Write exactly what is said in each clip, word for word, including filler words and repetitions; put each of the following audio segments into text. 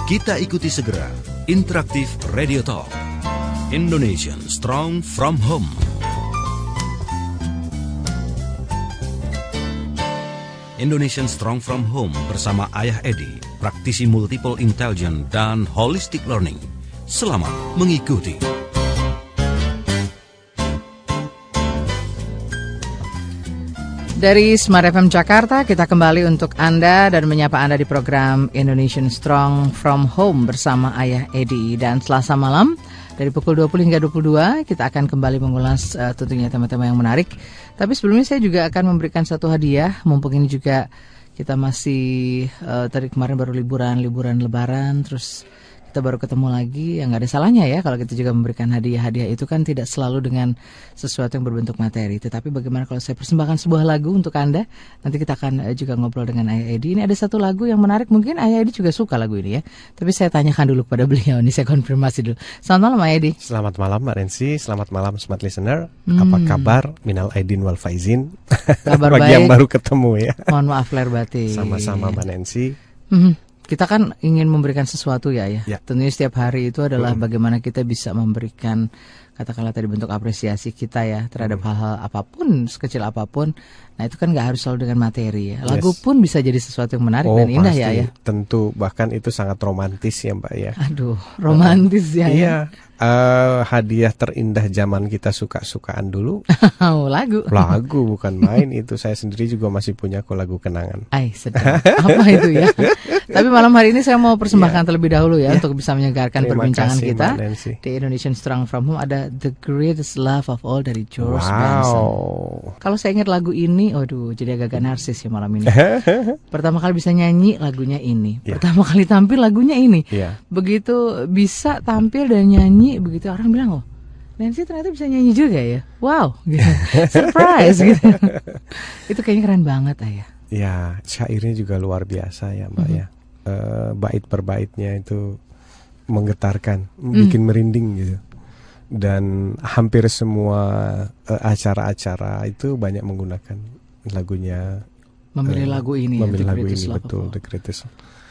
Kita ikuti segera Interaktif Radio Talk Indonesian Strong From Home. Indonesian Strong From Home bersama Ayah Edi, praktisi multiple intelligence dan holistic learning. Selamat mengikuti. Dari Smart F M Jakarta, kita kembali untuk Anda dan menyapa Anda di program Indonesian Strong From Home bersama Ayah Edi. Dan Selasa malam, dari pukul dua puluh hingga dua puluh dua, kita akan kembali mengulas uh, tentunya tema-tema yang menarik. Tapi sebelumnya saya juga akan memberikan satu hadiah, mumpung ini juga kita masih, uh, tadi kemarin baru liburan, liburan lebaran, terus kita baru ketemu lagi, ya nggak ada salahnya ya kalau kita juga memberikan hadiah-hadiah. Itu kan tidak selalu dengan sesuatu yang berbentuk materi, tetapi bagaimana kalau saya persembahkan sebuah lagu untuk Anda. Nanti kita akan juga ngobrol dengan Ayah Edi. Ini ada satu lagu yang menarik, mungkin Ayah Edi juga suka lagu ini ya, tapi saya tanyakan dulu kepada beliau, ini saya konfirmasi dulu. Selamat malam Ayah Edi. Selamat malam Mbak Rensi, selamat malam Smart Listener. hmm. Apa kabar? Minal aidin wal faizin. Kabar bagi baik. Yang baru ketemu ya. Mohon maaf lahir batin. Sama-sama Mbak Nancy. hmm. Kita kan ingin memberikan sesuatu ya, ya. ya. Tentunya setiap hari itu adalah hmm. bagaimana kita bisa memberikan, katakanlah tadi, bentuk apresiasi kita ya terhadap hmm. hal-hal apapun, sekecil apapun. Nah itu kan nggak harus selalu dengan materi ya. Lagu yes. pun bisa jadi sesuatu yang menarik oh, dan indah pasti. ya, ya. Tentu, bahkan itu sangat romantis ya Mbak ya. Aduh, romantis uh, ya. Iya. Uh, hadiah terindah zaman kita suka-sukaan dulu. Oh, lagu. Lagu bukan main itu. Saya sendiri juga masih punya kok lagu kenangan. Ay, sedap. Apa itu ya? Tapi malam hari ini saya mau persembahkan yeah. terlebih dahulu ya, yeah. untuk bisa menyegarkan Terima perbincangan kasih, kita di Indonesian Strong From Home. Ada The Greatest Love of All dari George wow. Benson. Kalau saya ingat lagu ini, aduh, jadi agak-agak narsis ya malam ini. Pertama kali bisa nyanyi lagunya ini. Yeah. Pertama kali tampil lagunya ini. Yeah. Begitu bisa tampil dan nyanyi, begitu orang bilang, oh, Nancy ternyata bisa nyanyi juga ya. Wow, gitu. Surprise gitu. Itu kayaknya keren banget Ayah. Ya, syairnya juga luar biasa ya Mbak mm-hmm. ya. Uh, bait per baitnya itu menggetarkan, mm. bikin merinding gitu. Dan hampir semua uh, acara-acara itu banyak menggunakan lagunya. Memilih uh, lagu ini. Memilih ya, lagu ini betul, The Greatest.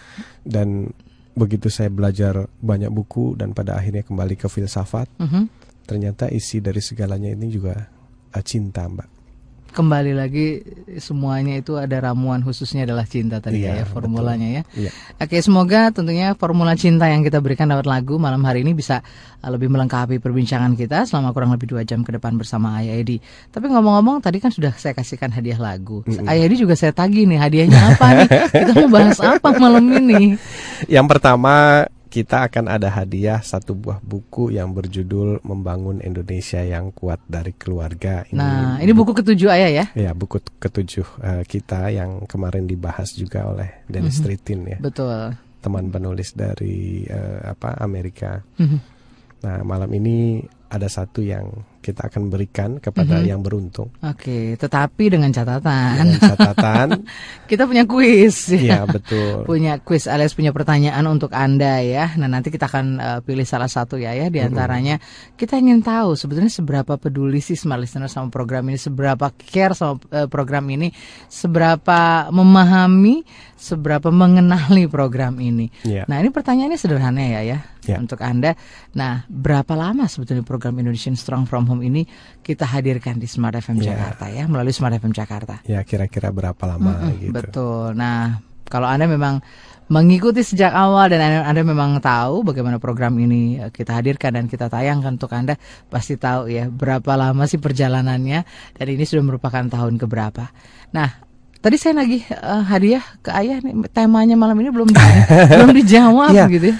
Dan begitu saya belajar banyak buku dan pada akhirnya kembali ke filsafat, mm-hmm. ternyata isi dari segalanya ini juga uh, cinta Mbak. Kembali lagi semuanya itu ada ramuan khususnya adalah cinta tadi iya, ya formulanya betul. ya. Iya. Oke, semoga tentunya formula cinta yang kita berikan lewat lagu malam hari ini bisa lebih melengkapi perbincangan kita selama kurang lebih dua jam ke depan bersama Ayah Edi. Tapi ngomong-ngomong tadi kan sudah saya kasihkan hadiah lagu. Mm-hmm. Ayah Edi juga saya tagih nih, hadiahnya apa nih? Kita mau bahas apa malam ini? Yang pertama, kita akan ada hadiah satu buah buku yang berjudul Membangun Indonesia yang Kuat dari Keluarga. Ini nah, ini buku ketujuh Ayah ya? Ya, buku ketujuh uh, kita yang kemarin dibahas juga oleh Dennis mm-hmm. Tritin ya. Betul. Teman penulis dari uh, apa Amerika. Mm-hmm. Nah, malam ini ada satu yang kita akan berikan kepada mm-hmm. yang beruntung. Oke, tetapi dengan catatan. Dengan catatan. Kita punya kuis. Iya, betul. Punya kuis alias punya pertanyaan untuk Anda ya. Nah, nanti kita akan uh, pilih salah satu ya ya di antaranya. Mm-hmm. Kita ingin tahu sebetulnya seberapa peduli sih Smart Listener sama program ini, seberapa care sama uh, program ini, seberapa memahami, seberapa mengenali program ini. Yeah. Nah, ini pertanyaannya sederhana ya ya. Yeah. Untuk Anda. Nah, berapa lama sebetulnya program Indonesian Strong From Home ini kita hadirkan di Smart F M yeah. Jakarta ya, melalui Smart F M Jakarta. Ya, kira-kira berapa lama mm-hmm, gitu. Betul. Nah, kalau Anda memang mengikuti sejak awal dan Anda, Anda memang tahu bagaimana program ini kita hadirkan dan kita tayangkan untuk Anda, pasti tahu ya berapa lama sih perjalanannya, dan ini sudah merupakan tahun keberapa. Nah, tadi saya lagi uh, hadiah ke Ayah nih, temanya malam ini belum di, belum dijawab ya, gitu.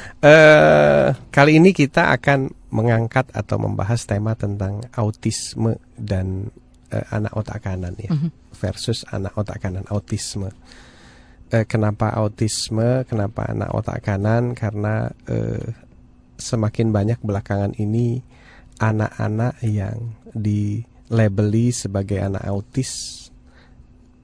Uh, kali ini kita akan mengangkat atau membahas tema tentang autisme dan uh, anak otak kanan ya, uh-huh. versus anak otak kanan, autisme. Uh, kenapa autisme? Kenapa anak otak kanan? Karena uh, semakin banyak belakangan ini anak-anak yang dilabeli sebagai anak autis,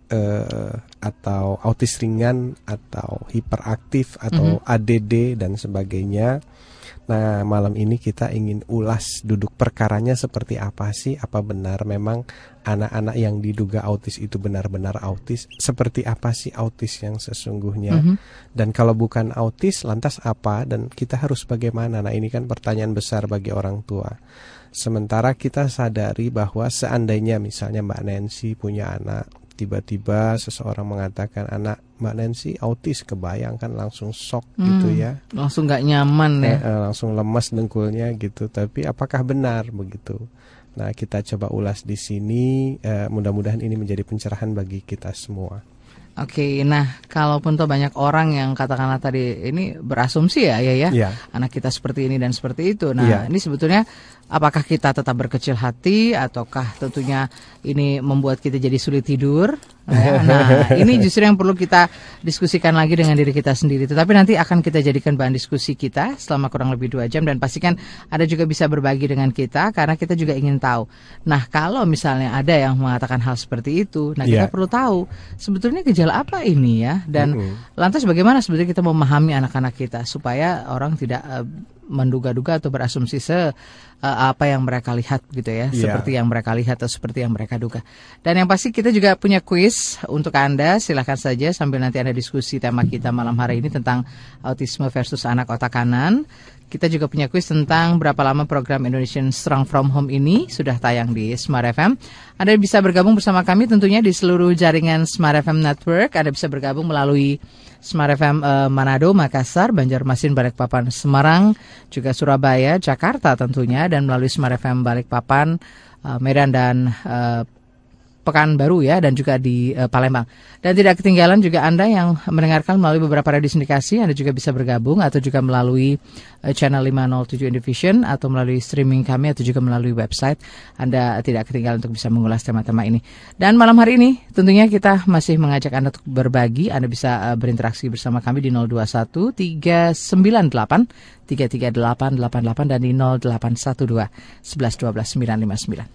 uh, atau autis ringan atau hiperaktif atau mm-hmm. A D D dan sebagainya. Nah, malam ini kita ingin ulas duduk perkaranya seperti apa sih? Apa benar memang anak-anak yang diduga autis itu benar-benar autis? Seperti apa sih autis yang sesungguhnya? Mm-hmm. Dan kalau bukan autis, lantas apa? Dan kita harus bagaimana? Nah, ini kan pertanyaan besar bagi orang tua. Sementara kita sadari bahwa seandainya misalnya Mbak Nancy punya anak, tiba-tiba seseorang mengatakan anak Mbak Nancy autis, kebayang kan langsung shock hmm, gitu ya. Langsung gak nyaman ya. Eh, langsung lemas dengkulnya gitu. Tapi apakah benar begitu? Nah, kita coba ulas di sini. Eh, mudah-mudahan ini menjadi pencerahan bagi kita semua. Oke, nah kalaupun tuh banyak orang yang katakanlah tadi ini berasumsi ya, ya ya, ya. anak kita seperti ini dan seperti itu. Nah, ya. ini sebetulnya apakah kita tetap berkecil hati ataukah tentunya ini membuat kita jadi sulit tidur? Nah, ini justru yang perlu kita diskusikan lagi dengan diri kita sendiri. Tetapi nanti akan kita jadikan bahan diskusi kita selama kurang lebih dua jam. Dan pastikan Anda juga bisa berbagi dengan kita, karena kita juga ingin tahu. Nah, kalau misalnya ada yang mengatakan hal seperti itu, nah kita yeah. perlu tahu sebetulnya gejala apa ini ya. Dan mm-hmm. lantas bagaimana sebetulnya kita memahami anak-anak kita supaya orang tidak uh, menduga-duga atau berasumsi se uh, apa yang mereka lihat gitu ya, yeah. seperti yang mereka lihat atau seperti yang mereka duga. Dan yang pasti kita juga punya kuis untuk Anda. Silahkan saja sambil nanti Anda diskusi tema kita malam hari ini tentang autisme versus anak otak kanan. Kita juga punya kuis tentang berapa lama program Indonesian Strong From Home ini sudah tayang di Smart F M. Anda bisa bergabung bersama kami tentunya di seluruh jaringan Smart F M Network. Anda bisa bergabung melalui Smart F M uh, Manado, Makassar, Banjarmasin, Balikpapan, Semarang, juga Surabaya, Jakarta tentunya, dan melalui Smart F M Balikpapan, uh, Medan, dan uh, Pekanbaru ya, dan juga di uh, Palembang. Dan tidak ketinggalan juga Anda yang mendengarkan melalui beberapa radio sindikasi, Anda juga bisa bergabung atau juga melalui uh, channel lima nol tujuh Indovision atau melalui streaming kami atau juga melalui website. Anda tidak ketinggalan untuk bisa mengulas tema-tema ini. Dan malam hari ini tentunya kita masih mengajak Anda untuk berbagi. Anda bisa uh, berinteraksi bersama kami di nol dua satu tiga sembilan delapan tiga tiga delapan delapan delapan dan di nol delapan satu dua satu satu dua belas sembilan lima sembilan.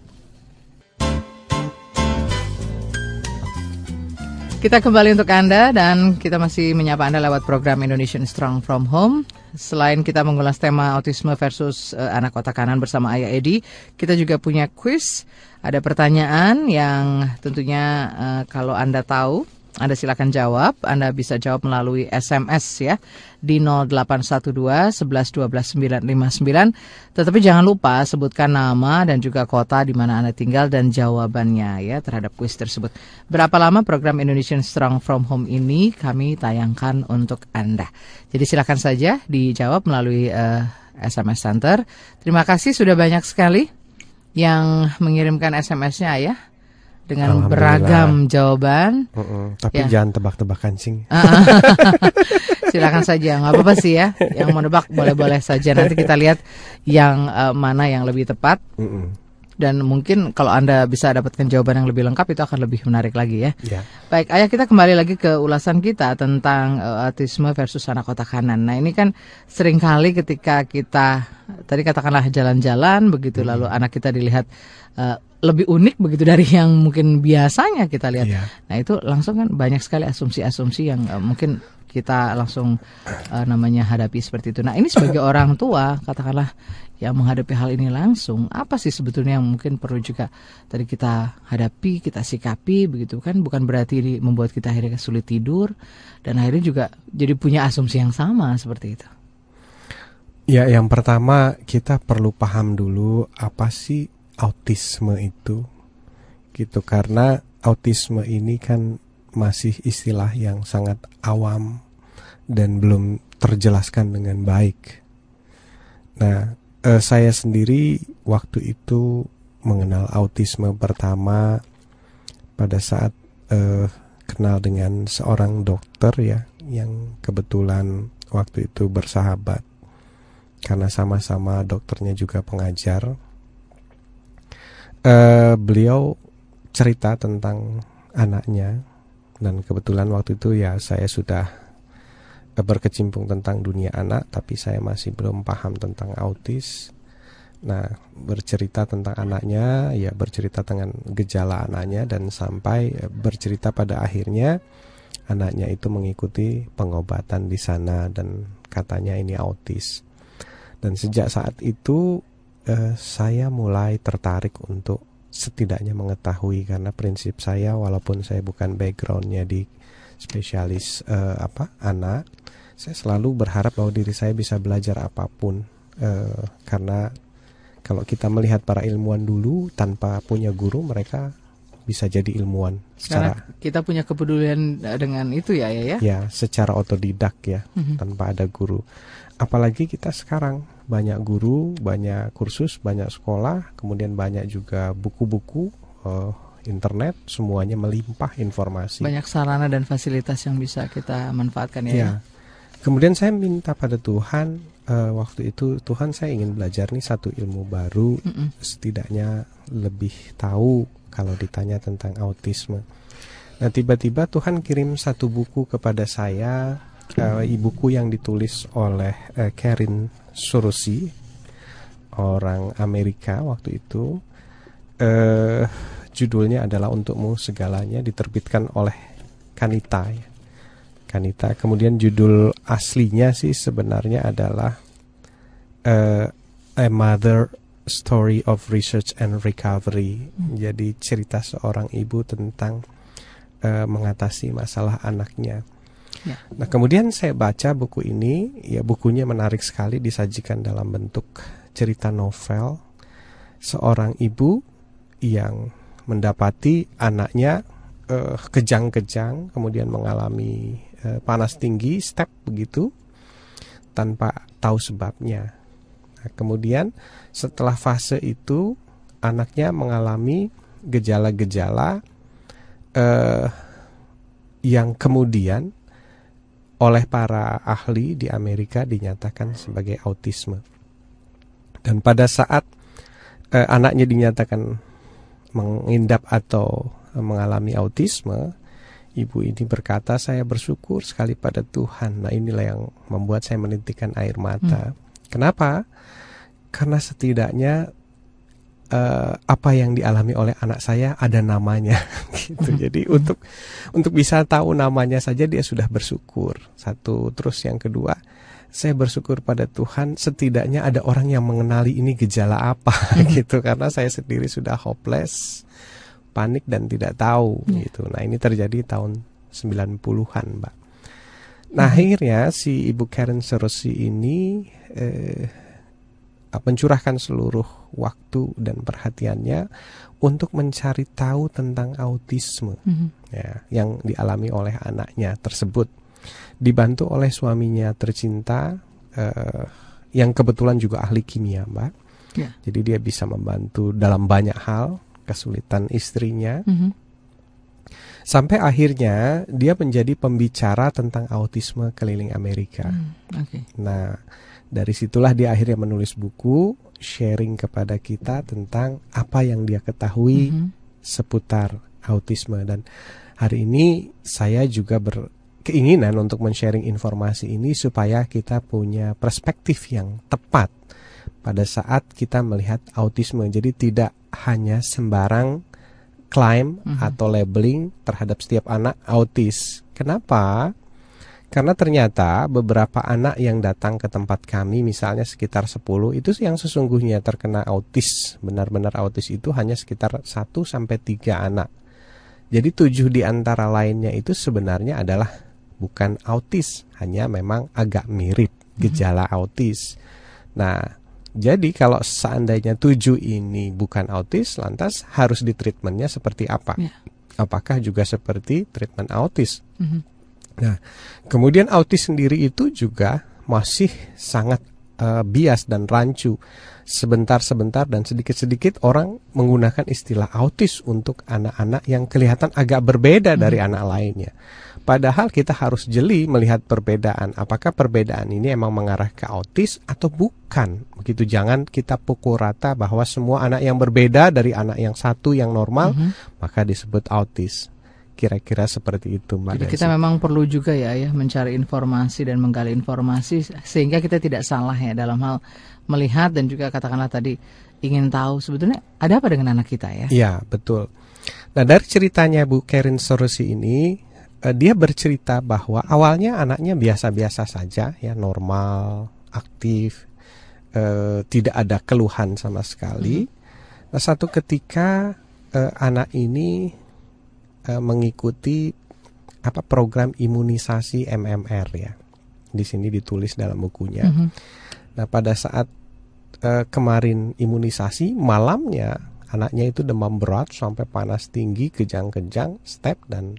Kita kembali untuk Anda dan kita masih menyapa Anda lewat program Indonesian Strong From Home. Selain kita mengulas tema autisme versus uh, anak otak kanan bersama Ayah Edi, kita juga punya quiz. Ada pertanyaan yang tentunya uh, kalau Anda tahu, Anda silakan jawab. Anda bisa jawab melalui S M S ya di nol delapan satu dua satu satu dua belas sembilan lima sembilan. Tetapi jangan lupa sebutkan nama dan juga kota di mana Anda tinggal dan jawabannya ya terhadap kuis tersebut. Berapa lama program Indonesian Strong From Home ini kami tayangkan untuk Anda. Jadi silakan saja dijawab melalui uh, S M S Center. Terima kasih sudah banyak sekali yang mengirimkan S M S-nya ya, dengan beragam jawaban. Uh-uh. Tapi ya. Jangan tebak-tebakan sing. Silakan saja, nggak apa-apa sih ya. Yang mau nebak boleh-boleh saja. Nanti kita lihat yang uh, mana yang lebih tepat. Uh-uh. Dan mungkin kalau Anda bisa dapatkan jawaban yang lebih lengkap, itu akan lebih menarik lagi ya. Yeah. Baik, Ayah, kita kembali lagi ke ulasan kita tentang uh, autisme versus anak otak kanan. Nah, ini kan seringkali ketika kita tadi katakanlah jalan-jalan begitu, uh-huh. lalu anak kita dilihat uh, lebih unik begitu dari yang mungkin biasanya kita lihat. Yeah. Nah, itu langsung kan banyak sekali asumsi-asumsi yang uh, mungkin kita langsung uh, namanya hadapi seperti itu. Nah, ini sebagai orang tua, katakanlah yang menghadapi hal ini langsung, apa sih sebetulnya yang mungkin perlu juga tadi kita hadapi, kita sikapi begitu kan? Bukan berarti ini membuat kita akhirnya sulit tidur dan akhirnya juga jadi punya asumsi yang sama seperti itu. Ya, yang pertama kita perlu paham dulu apa sih autisme itu, gitu, karena autisme ini kan masih istilah yang sangat awam dan belum terjelaskan dengan baik. Nah, eh, saya sendiri waktu itu mengenal autisme pertama pada saat eh, kenal dengan seorang dokter ya, yang kebetulan waktu itu bersahabat karena sama-sama dokternya juga pengajar. Uh, beliau cerita tentang anaknya dan kebetulan waktu itu ya saya sudah uh, berkecimpung tentang dunia anak, tapi saya masih belum paham tentang autis. Nah, bercerita tentang anaknya, ya bercerita dengan gejala anaknya, dan sampai bercerita pada akhirnya anaknya itu mengikuti pengobatan di sana dan katanya ini autis. Dan sejak saat itu eh, saya mulai tertarik untuk setidaknya mengetahui, karena prinsip saya walaupun saya bukan backgroundnya di spesialis eh, apa anak, saya selalu berharap bahwa diri saya bisa belajar apapun, eh, karena kalau kita melihat para ilmuwan dulu tanpa punya guru mereka bisa jadi ilmuwan secara, Karena kita punya kepedulian dengan itu ya ya ya. Ya, secara otodidak ya, Mm-hmm. tanpa ada guru. Apalagi kita sekarang banyak guru, banyak kursus, banyak sekolah, kemudian banyak juga buku-buku, uh, internet, semuanya melimpah informasi. Banyak sarana dan fasilitas yang bisa kita manfaatkan ya. Ya. Kemudian saya minta pada Tuhan, uh, waktu itu Tuhan, saya ingin belajar nih satu ilmu baru, Mm-mm. setidaknya lebih tahu kalau ditanya tentang autisme. Nah, tiba-tiba Tuhan kirim satu buku kepada saya, uh, buku yang ditulis oleh uh, Karen Surosi, orang Amerika waktu itu. Uh, judulnya adalah Untukmu Segalanya, diterbitkan oleh Kanita. Ya. Kanita. Kemudian judul aslinya sih sebenarnya adalah uh, A Mother Story of Research and Recovery. Hmm. Jadi cerita seorang ibu tentang uh, mengatasi masalah anaknya. Ya. Nah, kemudian saya baca buku ini, ya bukunya menarik sekali, disajikan dalam bentuk cerita novel. Seorang ibu yang mendapati anaknya uh, kejang-kejang, kemudian mengalami uh, panas tinggi, step begitu, tanpa tahu sebabnya. Nah, kemudian setelah fase itu anaknya mengalami gejala-gejala eh, yang kemudian oleh para ahli di Amerika dinyatakan sebagai autisme. Dan pada saat eh, anaknya dinyatakan mengidap atau mengalami autisme, ibu ini berkata, saya bersyukur sekali pada Tuhan. Nah, inilah yang membuat saya menitikkan air mata. Hmm. Kenapa? Karena setidaknya uh, apa yang dialami oleh anak saya ada namanya, gitu. Jadi hmm. untuk untuk bisa tahu namanya saja dia sudah bersyukur. Satu, terus yang kedua, saya bersyukur pada Tuhan setidaknya ada orang yang mengenali ini gejala apa, hmm. gitu. Karena saya sendiri sudah hopeless, panik dan tidak tahu, hmm. gitu. Nah, ini terjadi tahun sembilan puluhan, Mbak. Nah, hmm. akhirnya si Ibu Karen Surosi ini eh, mencurahkan seluruh waktu dan perhatiannya untuk mencari tahu tentang autisme mm-hmm. ya, yang dialami oleh anaknya tersebut. Dibantu oleh suaminya tercinta, eh, yang kebetulan juga ahli kimia, Mbak. Yeah. Jadi dia bisa membantu dalam banyak hal kesulitan istrinya. Mm-hmm. Sampai akhirnya dia menjadi pembicara tentang autisme keliling Amerika. Mm, okay. Nah, dari situlah dia akhirnya menulis buku, sharing kepada kita tentang apa yang dia ketahui mm-hmm. seputar autisme. Dan hari ini saya juga berkeinginan untuk men-sharing informasi ini supaya kita punya perspektif yang tepat pada saat kita melihat autisme. Jadi tidak hanya sembarang klaim mm-hmm. atau labeling terhadap setiap anak autis. Kenapa? Karena ternyata beberapa anak yang datang ke tempat kami, misalnya sekitar sepuluh, itu yang sesungguhnya terkena autis, benar-benar autis itu hanya sekitar satu sampai tiga anak. Jadi tujuh di antara lainnya itu sebenarnya adalah bukan autis, hanya memang agak mirip gejala mm-hmm. autis. Nah, jadi kalau seandainya tujuh ini bukan autis, lantas harus ditreatmentnya seperti apa? Yeah. Apakah juga seperti treatment autis? Mm-hmm. Nah, kemudian autis sendiri itu juga masih sangat uh, bias dan rancu. Sebentar-sebentar dan sedikit-sedikit orang menggunakan istilah autis untuk anak-anak yang kelihatan agak berbeda hmm. dari anak lainnya. Padahal kita harus jeli melihat perbedaan. Apakah perbedaan ini emang mengarah ke autis atau bukan? Begitu, jangan kita pukul rata bahwa semua anak yang berbeda dari anak yang satu yang normal, hmm. maka disebut autis. kira-kira seperti itu, Mbak. Jadi kita Nancy. memang perlu juga ya ya mencari informasi dan menggali informasi sehingga kita tidak salah ya dalam hal melihat dan juga katakanlah tadi ingin tahu sebetulnya ada apa dengan anak kita ya. Iya, betul. Nah, dari ceritanya Bu Karen Sorosi ini, eh, dia bercerita bahwa awalnya anaknya biasa-biasa saja, ya, normal, aktif, eh, tidak ada keluhan sama sekali. Mm-hmm. Nah, satu ketika eh, anak ini eh, mengikuti apa program imunisasi M M R ya, di sini ditulis dalam bukunya. Mm-hmm. Nah, pada saat eh, kemarin imunisasi, malamnya anaknya itu demam berat sampai panas tinggi, kejang-kejang, step, dan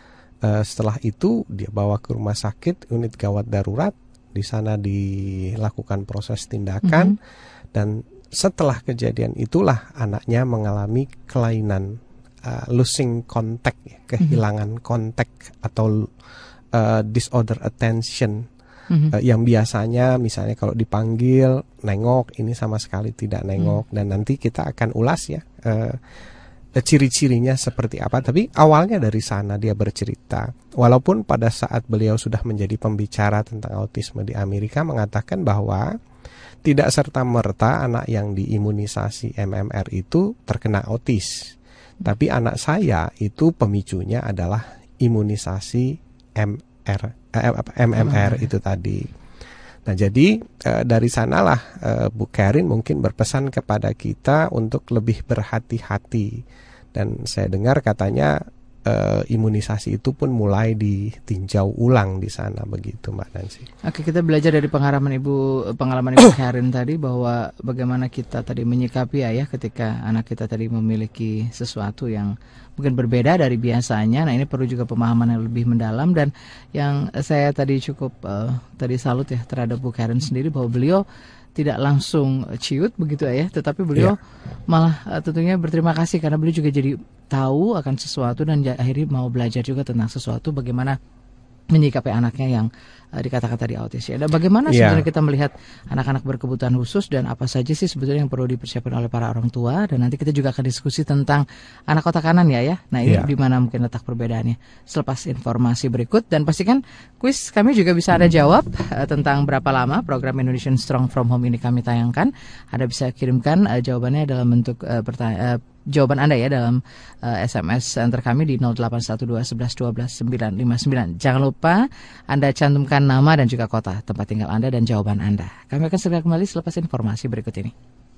uh, setelah itu dia bawa ke rumah sakit, unit gawat darurat. Di sana dilakukan proses tindakan, mm-hmm. dan setelah kejadian itulah anaknya mengalami kelainan, uh, losing contact, ya, kehilangan mm-hmm. kontak atau uh, disorder attention. Mm-hmm. Uh, yang biasanya misalnya kalau dipanggil nengok, ini sama sekali tidak nengok. Mm-hmm. Dan nanti kita akan ulas ya uh, ciri-cirinya seperti apa. Tapi awalnya dari sana dia bercerita. Walaupun pada saat beliau sudah menjadi pembicara tentang autisme di Amerika mengatakan bahwa tidak serta-merta anak yang diimunisasi M M R itu terkena autis. Mm-hmm. Tapi anak saya itu pemicunya adalah imunisasi M R M M R itu tadi. Nah, jadi e, dari sanalah e, Bu Karen mungkin berpesan kepada kita untuk lebih berhati-hati. Dan saya dengar katanya e, imunisasi itu pun mulai ditinjau ulang di sana, begitu Mbak Nancy. Oke, kita belajar dari pengalaman Ibu pengalaman Ibu Karen tadi bahwa bagaimana kita tadi menyikapi ya ketika anak kita tadi memiliki sesuatu yang mungkin berbeda dari biasanya. Nah, ini perlu juga pemahaman yang lebih mendalam. Dan yang saya tadi cukup uh, tadi salut ya terhadap Bu Karen sendiri bahwa beliau tidak langsung ciut begitu ya, tetapi beliau yeah. malah uh, tentunya berterima kasih karena beliau juga jadi tahu akan sesuatu dan akhirnya mau belajar juga tentang sesuatu bagaimana menyikapi anaknya yang uh, dikatakan tadi autis ya. Dan bagaimana yeah. sebenarnya kita melihat anak-anak berkebutuhan khusus dan apa saja sih sebetulnya yang perlu dipersiapkan oleh para orang tua. Dan nanti kita juga akan diskusi tentang anak otak kanan ya ya. Nah, ini yeah. di mana mungkin letak perbedaannya selepas informasi berikut. Dan pastikan kuis kami juga bisa Anda jawab uh, tentang berapa lama program Indonesian Strong from Home ini kami tayangkan. Anda bisa kirimkan uh, jawabannya dalam bentuk uh, pertanyaan uh, jawaban Anda ya dalam uh, S M S antar kami di nol delapan satu dua sebelas dua belas sembilan lima sembilan. Jangan lupa Anda cantumkan nama dan juga kota tempat tinggal Anda dan jawaban Anda. Kami akan segera kembali selepas informasi berikut ini.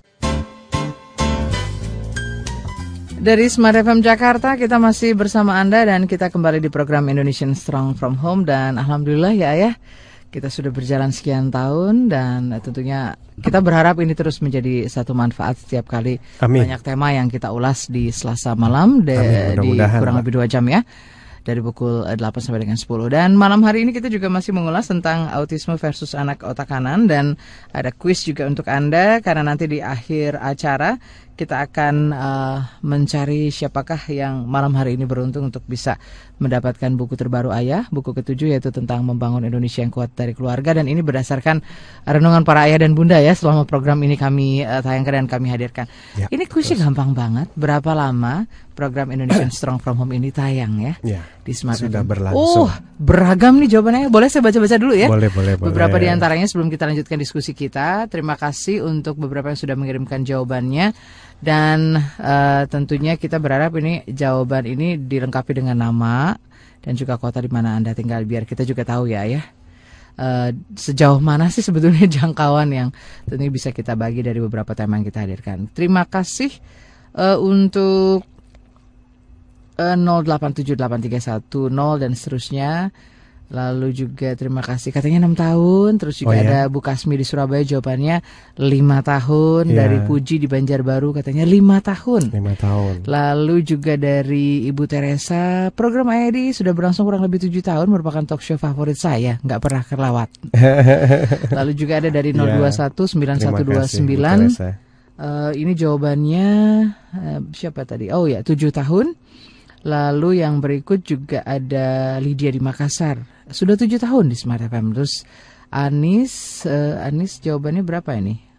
Dari Smart F M Jakarta kita masih bersama Anda dan kita kembali di program Indonesian Strong from Home. Dan alhamdulillah ya ayah, kita sudah berjalan sekian tahun dan tentunya kita berharap ini terus menjadi satu manfaat setiap kali. Amin. Banyak tema yang kita ulas di Selasa malam de, di kurang lebih dua jam ya, dari pukul delapan sampai dengan sepuluh. Dan malam hari ini kita juga masih mengulas tentang autisme versus anak otak kanan dan ada kuis juga untuk Anda karena nanti di akhir acara kita akan uh, mencari siapakah yang malam hari ini beruntung untuk bisa mendapatkan buku terbaru ayah, buku ketujuh yaitu tentang membangun Indonesia yang kuat dari keluarga. Dan ini berdasarkan renungan para ayah dan bunda ya selama program ini kami uh, tayangkan dan kami hadirkan. Ya, ini kuisnya gampang banget. Berapa lama program Indonesian Strong from Home ini tayang ya, ya di Smart sudah berlangsung. Oh, beragam nih jawabannya. Boleh saya baca-baca dulu ya? Boleh, boleh, boleh. Beberapa di antaranya sebelum kita lanjutkan diskusi kita. Terima kasih untuk beberapa yang sudah mengirimkan jawabannya. Dan uh, tentunya kita berharap ini jawaban ini dilengkapi dengan nama dan juga kota di mana Anda tinggal biar kita juga tahu ya ya uh, sejauh mana sih sebetulnya jangkauan yang tentunya bisa kita bagi dari beberapa tema yang kita hadirkan. Terima kasih uh, untuk uh, nol delapan tujuh delapan tiga satu nol dan seterusnya. Lalu juga terima kasih katanya enam tahun. Terus juga oh, ya? Ada Bu Kasmi di Surabaya jawabannya lima tahun. Ya. Dari Puji di Banjarbaru katanya lima tahun. lima tahun. Lalu juga dari Ibu Teresa, program A I D sudah berlangsung kurang lebih tujuh tahun, merupakan talk show favorit saya, nggak pernah kelewat. Lalu juga ada dari nol dua satu sembilan satu dua sembilan. Uh, ini jawabannya uh, siapa tadi? Oh ya, tujuh tahun. Lalu yang berikut juga ada Lydia di Makassar, sudah tujuh tahun di Smart F M. Terus Anis, uh, Anis jawabannya berapa ini?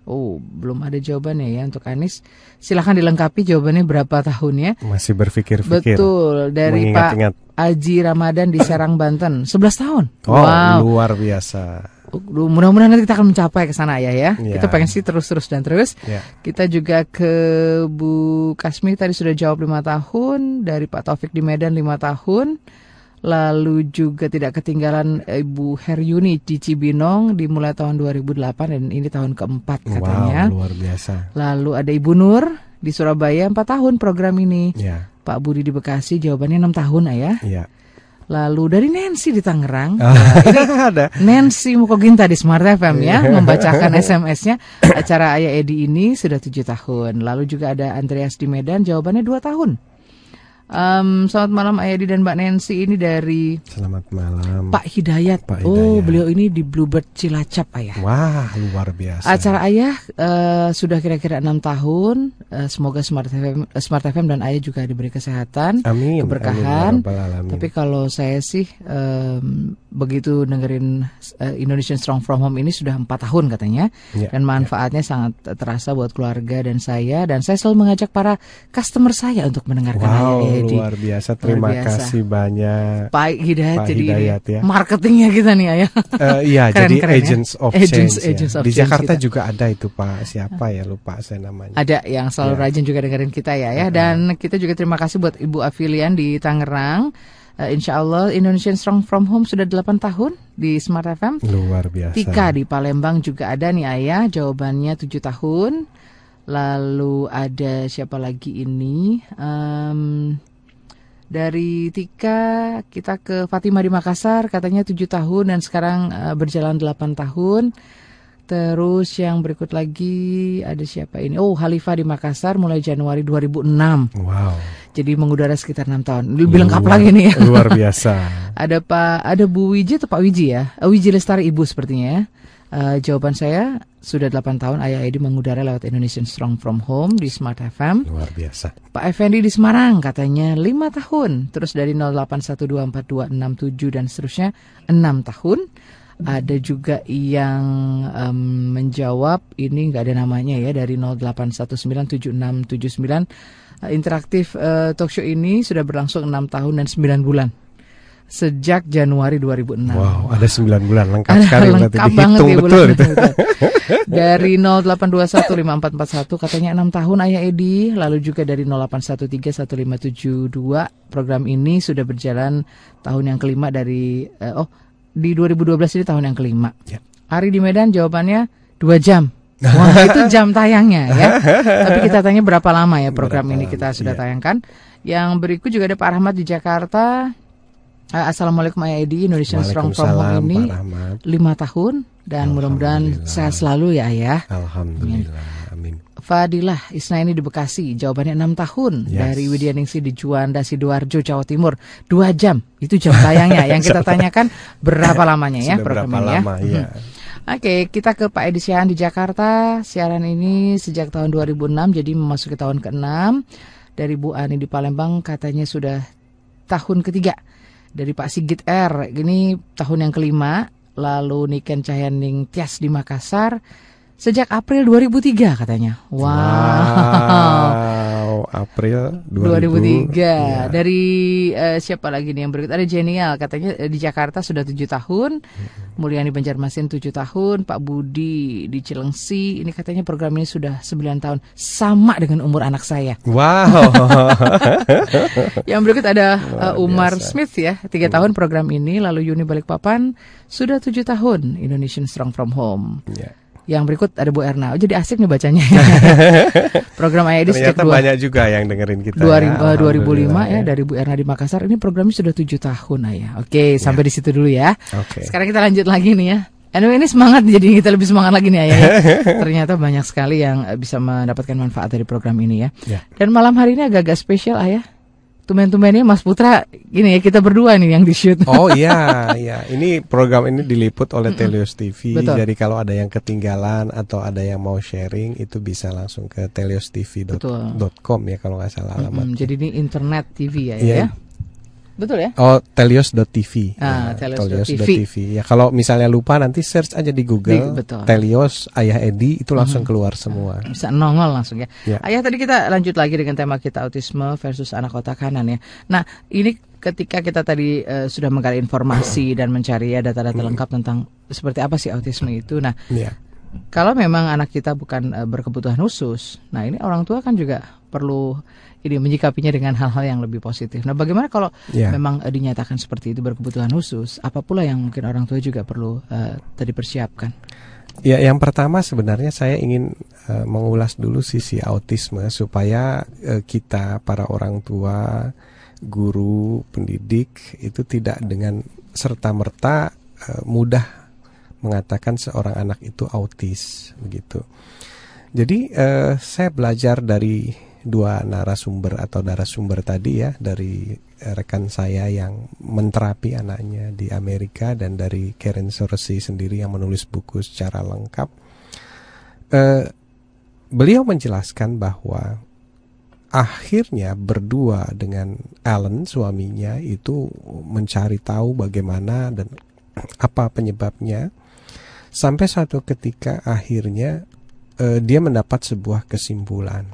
Oh, belum ada jawabannya ya untuk Anies. Silahkan dilengkapi jawabannya berapa tahunnya. Masih berpikir-pikir. Betul, dari Pak Aji Ramadan di Serang, Banten. sebelas tahun. Oh, wow. Luar biasa. Mudah-mudahan nanti kita akan mencapai ke sana ya ya. Yeah. Kita pengen sih terus-terus dan terus. Yeah. Kita juga ke Bu Kasmi tadi sudah jawab lima tahun. Dari Pak Taufik di Medan lima tahun. Lalu juga tidak ketinggalan Ibu Heryuni di Cibinong dimulai tahun dua ribu delapan dan ini tahun keempat katanya. Wow, luar biasa. Lalu ada Ibu Nur di Surabaya empat tahun program ini. Ya. Pak Budi di Bekasi jawabannya enam tahun Ayah. Iya. Lalu dari Nancy di Tangerang. Oh, nah, ini ada. Nancy Mukoginta di Smart F M ya membacakan S M S-nya. Acara Ayah Edi ini sudah tujuh tahun. Lalu juga ada Andreas di Medan jawabannya dua tahun. Um, selamat malam Ayadi dan Mbak Nancy, ini dari Selamat malam Pak Hidayat. Pak Oh, Hidayat. Beliau ini di Bluebird Cilacap Ayah. Wah, luar biasa. Acara Ayah uh, sudah kira-kira enam tahun. uh, Semoga Smart F M, uh, Smart F M dan Ayah juga diberi kesehatan, Amin, keberkahan. amin, ya Rabbal alamin. Tapi kalau saya sih um, begitu dengerin uh, Indonesian Strong From Home ini sudah empat tahun katanya. Ya, Dan manfaatnya ya. sangat terasa buat keluarga dan saya. Dan saya selalu mengajak para customer saya untuk mendengarkan wow, Ayah Edi. Luar biasa, terima luar biasa. kasih banyak Pak Hidayat, Pak jadi Hidayat, ini ya. marketingnya kita nih Ayah. Uh, iya, Keren, jadi keren, agents ya? of agents, change. agents Ya. of Di change Jakarta kita. juga ada itu Pak, siapa ya, lupa saya namanya. Ada yang selalu Ya. rajin juga dengerin kita ya, ya. Uh-huh. Dan kita juga terima kasih buat Ibu Afilian di Tangerang. Uh, insya Allah Indonesian Strong From Home sudah delapan tahun di Smart F M. Luar biasa. Tika di Palembang juga ada nih Ayah, jawabannya tujuh tahun. Lalu ada siapa lagi ini? Um, Dari Tika kita ke Fatima di Makassar, katanya tujuh tahun dan sekarang uh, berjalan delapan tahun. Terus yang berikut lagi ada siapa ini? Oh, Halifah di Makassar mulai Januari dua ribu enam. Wow. Jadi mengudara sekitar enam tahun. Lebih lengkap lagi nih ya. Luar biasa. Ada Pak, ada Bu Wiji atau Pak Wiji ya? Uh, Wiji Lestari Ibu sepertinya ya. Uh, jawaban saya sudah delapan tahun Ayah Edi mengudara lewat Indonesian Strong From Home di Smart F M. Luar biasa. Pak Effendi di Semarang katanya lima tahun. Terus dari nol delapan satu dua empat dua enam tujuh dan seterusnya enam tahun. Ada juga yang um, menjawab, ini nggak ada namanya ya, dari nol delapan satu sembilan tujuh enam tujuh sembilan. uh, Interaktif uh, talk show ini sudah berlangsung enam tahun dan sembilan bulan. Sejak Januari dua ribu enam. Wow, ada sembilan bulan, lengkap Ada sekali berarti lengkap dihitung banget ya betul bulan. itu. Dari nol delapan dua satu lima empat empat satu katanya enam tahun Ayah Edi. Lalu juga dari nol delapan satu tiga satu lima tujuh dua, program ini sudah berjalan tahun yang kelima dari uh, oh di dua ribu dua belas ini tahun yang kelima. Ya. Ari di Medan jawabannya dua jam. Wah, itu jam tayangnya ya. Tapi kita tanya berapa lama ya program Berapa ini kita lama, sudah iya. tayangkan. Yang berikut juga ada Pak Rahmat di Jakarta. Uh, Assalamualaikum Ayah Edi, Indonesian Strong From Home Waalaikumsalam, ini Pak Rahmat. lima tahun dan mudah-mudahan Alhamdulillah. sehat selalu ya Ayah. Alhamdulillah, amin. Fadilah Isnaini di Bekasi, jawabannya enam tahun. Yes. Dari Widyaningsih di Juanda, Sidoarjo, Jawa Timur, dua jam. Itu jam tayangnya. Yang kita tanyakan berapa lamanya ya Sudah program berapa ini ya. lama, ya. Oke, kita ke Pak Edi Syahan di Jakarta. Siaran ini sejak tahun dua ribu enam, jadi memasuki tahun keenam. Dari Bu Ani di Palembang katanya sudah tahun ketiga. Dari Pak Sigit R, ini tahun yang kelima. Lalu Niken Cahyaning Tias di Makassar sejak April dua ribu tiga katanya. Wow. Wow, April dua ribu tiga. Ya. Dari uh, siapa lagi nih yang berikut? Ada Genial katanya uh, di Jakarta sudah tujuh tahun. Mulyani Banjarmasin tujuh tahun. Pak Budi di Cilengsi, ini katanya program ini sudah sembilan tahun. Sama dengan umur anak saya. Wow. Yang berikut ada uh, Umar biasa. Smith ya, tiga tahun program ini. Lalu Yuni Balikpapan sudah tujuh tahun Indonesian Strong From Home. Ya. Yang berikut ada Bu Erna. Oh, jadi asik nih bacanya. Program Ayah Edi sejak Ternyata dua, banyak juga yang dengerin kita. dua, ya. dua ribu lima ya, Alhamdulillah, dari Bu Erna di Makassar. Ini programnya sudah tujuh tahun Ayah. Oke, sampai di situ dulu ya. Oke. Sekarang kita lanjut lagi nih ya. Anyway, ini semangat, jadi kita lebih semangat lagi nih Ayah ya. Ternyata banyak sekali yang eh, bisa mendapatkan manfaat dari program ini ya. Ya. Dan malam hari ini agak-agak spesial Ayah. Tumen-tumennya Mas Putra, gini ya, kita berdua nih yang di-shoot. Oh iya, iya. Ini program ini diliput oleh Teleos T V. Betul. Jadi kalau ada yang ketinggalan atau ada yang mau sharing, itu bisa langsung ke teleos t v dot com ya kalau nggak salah alamat. Mm-mm, jadi ini internet T V ya, Iya. ya. Betul ya? Oh, Telios dot t v. Ah, ya, Telios dot t v. Ya, kalau misalnya lupa nanti search aja di Google. Di, betul. Telios Ayah Edi itu langsung Mm-hmm. keluar semua. Bisa nongol langsung ya. ya. Ayah, tadi kita lanjut lagi dengan tema kita autisme versus anak otak kanan ya. Nah, ini ketika kita tadi uh, sudah menggali informasi dan mencari ya data-data hmm. lengkap tentang seperti apa sih autisme itu. Nah, ya. Kalau memang anak kita bukan uh, berkebutuhan khusus, nah ini orang tua kan juga perlu ini menyikapinya dengan hal-hal yang lebih positif. Nah, bagaimana kalau yeah. memang uh, dinyatakan seperti itu berkebutuhan khusus, apa pula yang mungkin orang tua juga perlu uh, tadi persiapkan? Ya, yang pertama sebenarnya saya ingin uh, mengulas dulu sisi autisme supaya uh, kita para orang tua, guru, pendidik itu tidak dengan serta-merta uh, mudah mengatakan seorang anak itu autis begitu. Jadi uh, saya belajar dari dua narasumber atau narasumber tadi ya, dari rekan saya yang menterapi anaknya di Amerika dan dari Karen Sorosey sendiri yang menulis buku secara lengkap. Uh, beliau menjelaskan bahwa akhirnya berdua dengan Alan suaminya itu mencari tahu bagaimana dan apa penyebabnya. Sampai suatu ketika akhirnya uh, dia mendapat sebuah kesimpulan.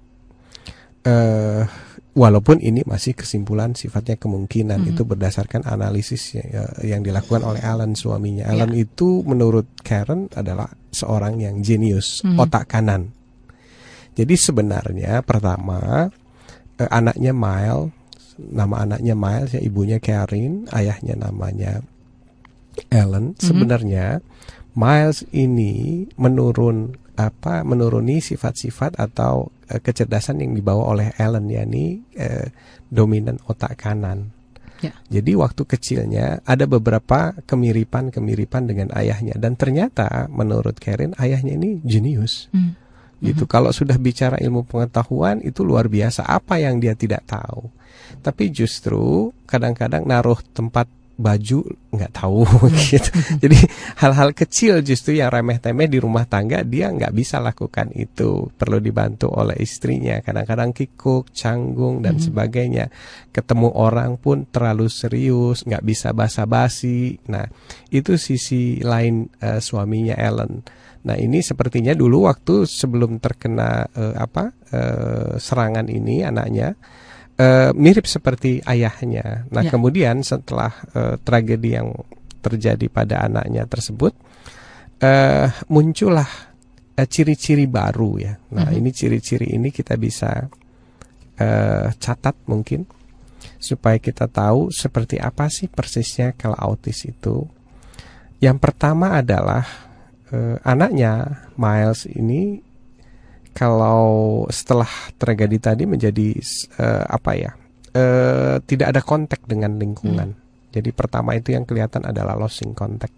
Uh, walaupun ini masih kesimpulan sifatnya kemungkinan, mm-hmm. itu berdasarkan analisis ya, yang dilakukan oleh Alan suaminya. Yeah. Alan itu menurut Karen adalah seorang yang jenius, mm-hmm. otak kanan. Jadi sebenarnya pertama uh, anaknya Miles, nama anaknya Miles ya, ibunya Karen, ayahnya namanya Alan. Mm-hmm. Sebenarnya Miles ini menurun apa menuruni sifat-sifat atau uh, kecerdasan yang dibawa oleh Alan, yakni uh, dominan otak kanan. Ya. Jadi waktu kecilnya ada beberapa kemiripan-kemiripan dengan ayahnya, dan ternyata menurut Karen ayahnya ini jenius. Hmm. Gitu. Mm-hmm. Kalau sudah bicara ilmu pengetahuan itu luar biasa, apa yang dia tidak tahu. Tapi justru kadang-kadang naruh tempat baju nggak tahu gitu. Jadi hal-hal kecil justru yang remeh-temeh di rumah tangga dia nggak bisa lakukan itu, perlu dibantu oleh istrinya. Kadang-kadang kikuk, canggung dan mm-hmm. sebagainya. Ketemu orang pun terlalu serius, nggak bisa basa-basi. Nah itu sisi lain uh, suaminya Alan. Nah ini sepertinya dulu waktu sebelum terkena uh, apa uh, serangan ini anaknya Uh, mirip seperti ayahnya. Nah, ya. Kemudian setelah uh, tragedi yang terjadi pada anaknya tersebut, uh, muncullah uh, ciri-ciri baru ya. Nah, uh-huh. ini ciri-ciri ini kita bisa uh, catat mungkin supaya kita tahu seperti apa sih persisnya kalau autis itu. Yang pertama adalah uh, anaknya Miles ini kalau setelah tragedi tadi menjadi uh, apa ya uh, tidak ada kontak dengan lingkungan. Hmm. Jadi pertama itu yang kelihatan adalah losing contact.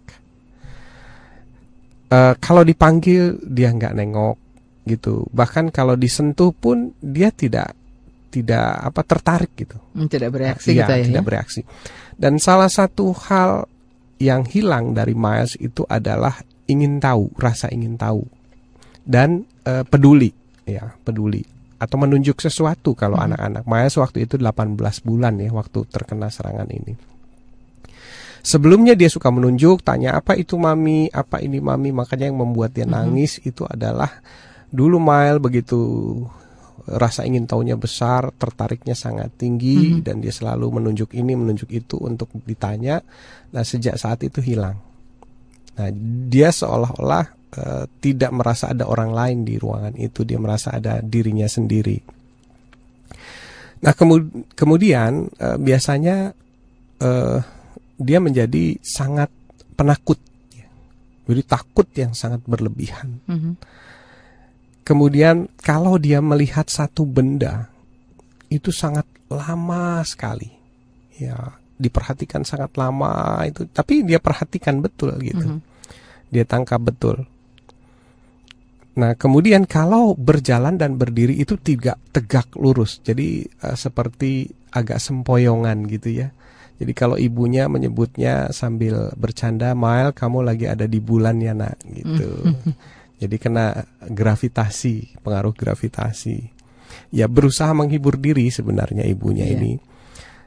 Uh, kalau dipanggil dia nggak nengok gitu. Bahkan kalau disentuh pun dia tidak tidak apa tertarik gitu. Tidak bereaksi nah, gitu ya, ya. Tidak ya? bereaksi. Dan salah satu hal yang hilang dari Miles itu adalah ingin tahu, rasa ingin tahu. Dan uh, peduli, ya peduli atau menunjuk sesuatu kalau hmm. anak-anak. Miles waktu itu delapan belas bulan ya waktu terkena serangan ini. Sebelumnya dia suka menunjuk, tanya apa itu mami, apa ini mami. Makanya yang membuat dia nangis hmm. itu adalah dulu Miles begitu rasa ingin tahunya besar, tertariknya sangat tinggi hmm. dan dia selalu menunjuk ini, menunjuk itu untuk ditanya. Nah sejak saat itu hilang. Nah dia seolah-olah Uh, tidak merasa ada orang lain di ruangan itu, dia merasa ada dirinya sendiri. Nah kemud- kemudian uh, biasanya uh, dia menjadi sangat penakut, ya. Jadi takut yang sangat berlebihan. Mm-hmm. Kemudian kalau dia melihat satu benda itu sangat lama sekali, ya diperhatikan sangat lama itu, tapi dia perhatikan betul gitu, mm-hmm. dia tangkap betul. Nah kemudian kalau berjalan dan berdiri itu tidak tegak lurus, jadi uh, seperti agak sempoyongan gitu ya. Jadi kalau ibunya menyebutnya sambil bercanda, Mael kamu lagi ada di bulan ya nak gitu. Jadi kena gravitasi, pengaruh gravitasi. Ya berusaha menghibur diri sebenarnya ibunya yeah. ini.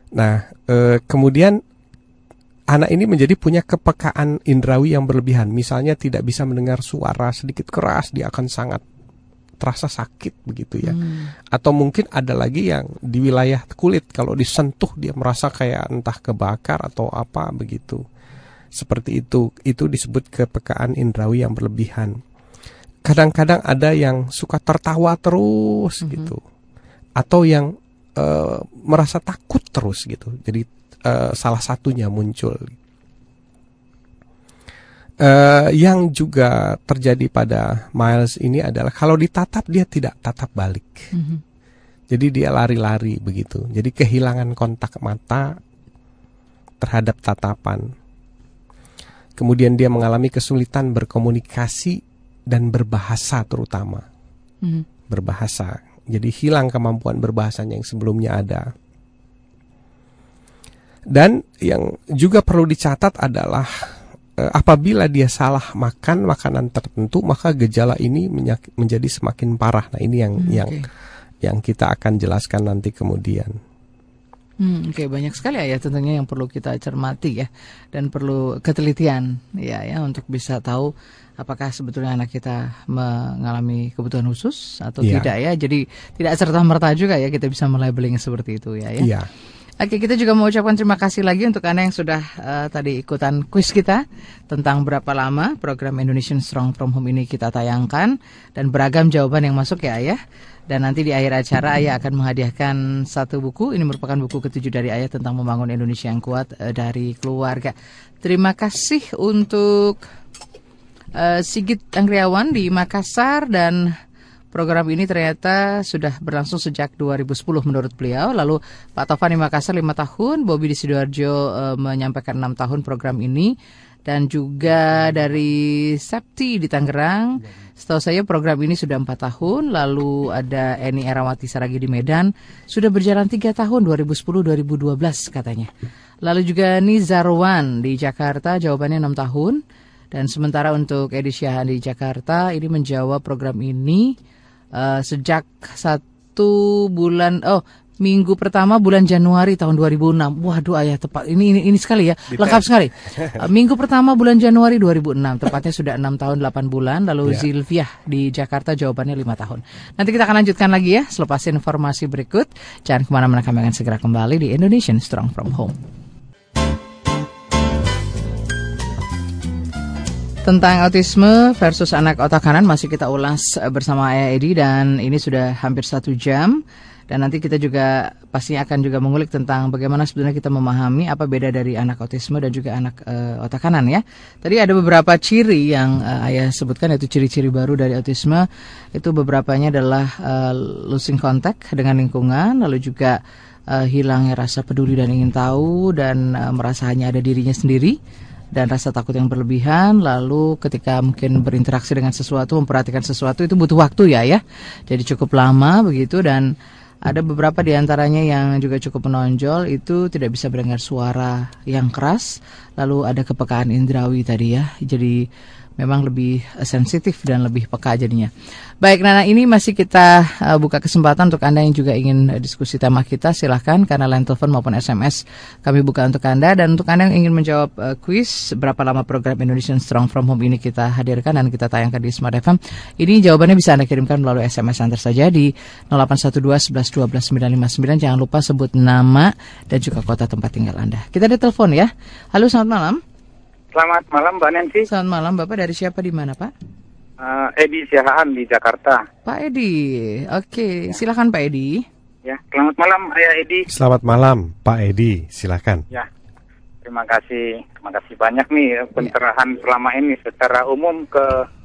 Nah, eh, kemudian anak ini menjadi punya kepekaan indrawi yang berlebihan. Misalnya tidak bisa mendengar suara sedikit keras, dia akan sangat terasa sakit begitu ya. Hmm. Atau mungkin ada lagi yang di wilayah kulit, kalau disentuh dia merasa kayak entah kebakar atau apa begitu. Seperti itu, itu disebut kepekaan indrawi yang berlebihan. Kadang-kadang ada yang suka tertawa terus hmm. gitu. Atau yang uh, merasa takut terus gitu. Jadi uh, salah satunya muncul. Uh, yang juga terjadi pada Miles ini adalah kalau ditatap dia tidak tatap balik. Mm-hmm. Jadi dia lari-lari begitu. Jadi kehilangan kontak mata terhadap tatapan. Kemudian dia mengalami kesulitan berkomunikasi dan berbahasa terutama. Mm-hmm. Berbahasa. Jadi hilang kemampuan berbahasanya yang sebelumnya ada. Dan yang juga perlu dicatat adalah apabila dia salah makan makanan tertentu, maka gejala ini menjadi semakin parah. Nah, ini yang hmm, yang okay. yang kita akan jelaskan nanti kemudian. Hmm, Oke, okay. Banyak sekali ya tentunya yang perlu kita cermati ya, dan perlu ketelitian ya ya untuk bisa tahu apakah sebetulnya anak kita mengalami kebutuhan khusus atau yeah. tidak ya. Jadi tidak serta-merta juga ya kita bisa melabeling seperti itu ya ya. Yeah. Oke, kita juga mau ucapkan terima kasih lagi untuk Anda yang sudah uh, tadi ikutan kuis kita tentang berapa lama program Indonesian Strong From Home ini kita tayangkan, dan beragam jawaban yang masuk ya Ayah. Dan nanti di akhir acara Ayah akan menghadiahkan satu buku. Ini merupakan buku ketujuh dari Ayah tentang membangun Indonesia yang kuat uh, dari keluarga. Terima kasih untuk uh, Sigit Anggriawan di Makassar, dan program ini ternyata sudah berlangsung sejak dua ribu sepuluh menurut beliau. Lalu Pak Tovan di Makassar lima tahun, Bobby di Sidoarjo e, menyampaikan enam tahun program ini. Dan juga dari Septi di Tangerang, setahu saya program ini sudah empat tahun. Lalu ada Eni Erawati Saragi di Medan, sudah berjalan tiga tahun, dua ribu sepuluh dua ribu dua belas katanya. Lalu juga Nizarwan di Jakarta, jawabannya enam tahun. Dan sementara untuk Edi Syahan di Jakarta, ini menjawab program ini Uh, sejak satu bulan oh minggu pertama bulan Januari tahun dua ribu enam. Waduh Ayah, tepat ini ini, ini sekali ya, detail. Lengkap sekali. uh, minggu pertama bulan Januari dua ribu enam, tepatnya sudah enam tahun delapan bulan. Lalu yeah. Zilviah di Jakarta jawabannya lima tahun. Nanti kita akan lanjutkan lagi ya selepas informasi berikut. Jangan kemana-mana, kami akan segera kembali di Indonesian Strong From Home. Tentang autisme versus anak otak kanan masih kita ulas bersama Ayah Edi, dan ini sudah hampir satu jam. Dan nanti kita juga pastinya akan juga mengulik tentang bagaimana sebenarnya kita memahami apa beda dari anak autisme dan juga anak uh, otak kanan ya. Tadi ada beberapa ciri yang uh, Ayah sebutkan, yaitu ciri-ciri baru dari autisme. Itu beberapanya adalah uh, losing contact dengan lingkungan, lalu juga uh, hilangnya rasa peduli dan ingin tahu, dan uh, merasa hanya ada dirinya sendiri, dan rasa takut yang berlebihan. Lalu ketika mungkin berinteraksi dengan sesuatu, memperhatikan sesuatu, itu butuh waktu ya ya. Jadi cukup lama begitu. Dan ada beberapa di antaranya yang juga cukup menonjol, itu tidak bisa mendengar suara yang keras. Lalu ada kepekaan indrawi tadi ya. Jadi memang lebih sensitif dan lebih peka jadinya. Baik, Nana, ini masih kita uh, buka kesempatan untuk Anda yang juga ingin uh, diskusi tema kita. Silahkan, karena line telepon maupun S M S kami buka untuk Anda. Dan untuk Anda yang ingin menjawab uh, kuis berapa lama program Indonesian Strong From Home ini kita hadirkan dan kita tayangkan di Smart F M, ini jawabannya bisa Anda kirimkan melalui S M S antar saja di nol delapan satu dua satu satu dua belas sembilan lima sembilan. Jangan lupa sebut nama dan juga kota tempat tinggal Anda. Kita ada telepon ya. Halo, selamat malam. Selamat malam Mbak Nancy. Selamat malam Bapak, dari siapa, di mana Pak? Uh, Edi Syahaan di Jakarta. Pak Edi, oke, ya. Silakan Pak Edi. Ya, selamat malam Ayah Edi. Selamat malam Pak Edi, silakan. Ya, terima kasih, terima kasih banyak nih pencerahan ya. Selama ini secara umum ke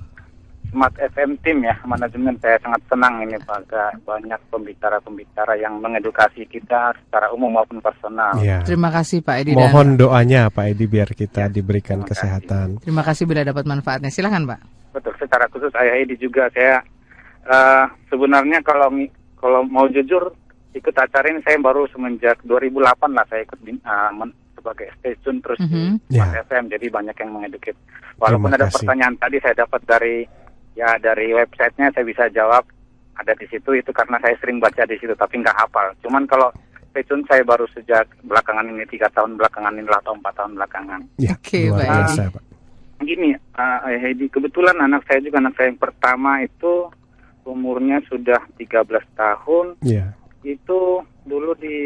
Smart F M Team ya, manajemen. Saya sangat senang ini Pak, banyak pembicara-pembicara yang mengedukasi kita secara umum maupun personal. Ya. Terima kasih Pak Edi. Mohon dan doanya Pak Edi biar kita ya, diberikan terima kesehatan. Kasih. Terima kasih bila dapat manfaatnya. Silakan Pak. Betul, secara khusus Ayah Edi juga saya uh, sebenarnya kalau kalau mau jujur ikut acara ini saya baru semenjak dua ribu delapan lah saya ikut uh, men, sebagai stay tune terus mm-hmm. di Smart yeah. F M, jadi banyak yang mengedukasi. Walaupun ada pertanyaan tadi saya dapat dari ya dari websitenya, saya bisa jawab ada di situ, itu karena saya sering baca di situ tapi nggak hafal. Cuman kalau stay tune saya baru sejak belakangan ini, tiga tahun belakangan ini atau empat tahun belakangan. Ya, Oke, luar baik. biasa, Pak. Gini, uh, Heidi, kebetulan anak saya juga, anak saya yang pertama itu umurnya sudah tiga belas tahun. Ya. Itu dulu di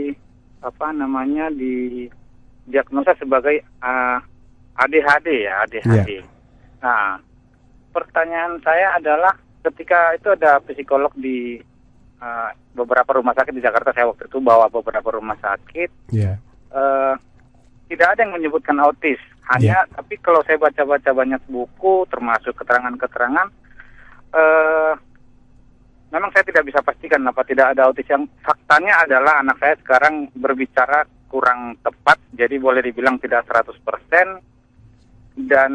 apa namanya di diagnosa sebagai uh, A D H D ya, A D H D. Ya. Nah, pertanyaan saya adalah ketika itu ada psikolog di uh, beberapa rumah sakit di Jakarta, saya waktu itu bawa beberapa rumah sakit. Ya. Uh, tidak ada yang menyebutkan autis, hanya Ya. tapi kalau saya baca-baca banyak buku, termasuk keterangan-keterangan, uh, memang saya tidak bisa pastikan apa tidak ada autis. Yang faktanya adalah anak saya sekarang berbicara kurang tepat, jadi boleh dibilang tidak seratus persen, dan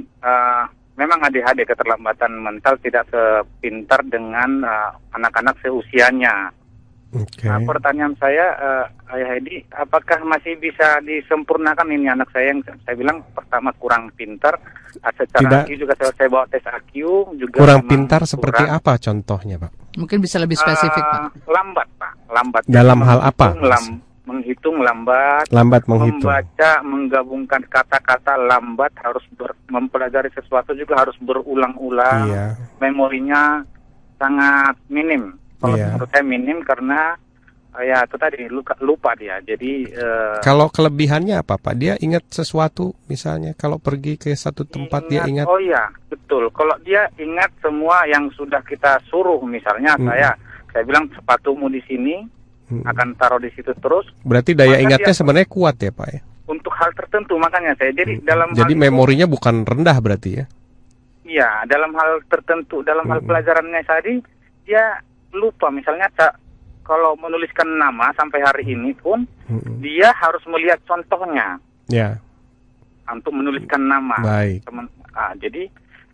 uh, memang A D H D, keterlambatan mental, tidak sepintar dengan uh, anak-anak seusianya. Oke. Nah, pertanyaan saya, uh, Ayah Heidi, apakah masih bisa disempurnakan ini anak saya yang saya bilang pertama kurang pintar, uh, secara Tidak. I Q juga saya, saya bawa tes I Q juga Kurang memang pintar seperti kurang. apa contohnya, Pak? Mungkin bisa lebih spesifik, Uh, Pak. Lambat, Pak, lambat. Dalam Jadi hal apa? menghitung lam- menghitung lambat. Lambat menghitung. Membaca, menggabungkan kata-kata lambat, harus ber, mempelajari sesuatu juga harus berulang-ulang. Iya. Memorinya sangat minim. Kalau Iya. menurut saya minim karena eh, ya itu tadi lupa, lupa dia. Jadi eh, Kalau kelebihannya apa, Pak? Dia ingat sesuatu, misalnya kalau pergi ke satu tempat dia ingat. Oh iya, betul. Kalau dia ingat semua yang sudah kita suruh, misalnya Mm-mm. saya saya bilang sepatumu di sini, Mm-mm. akan taruh di situ terus. Berarti daya Maka ingatnya dia- sebenarnya kuat ya, Pak ya? Untuk hal tertentu, makanya saya jadi Mm. dalam Jadi hal itu- memorinya bukan rendah berarti ya? Iya, dalam hal tertentu, dalam hal Mm-mm. pelajarannya tadi, dia lupa. Misalnya, ca- kalau menuliskan nama sampai hari ini pun, Mm-mm. dia harus melihat contohnya Ya, untuk menuliskan nama. baik. Teman, ah, jadi,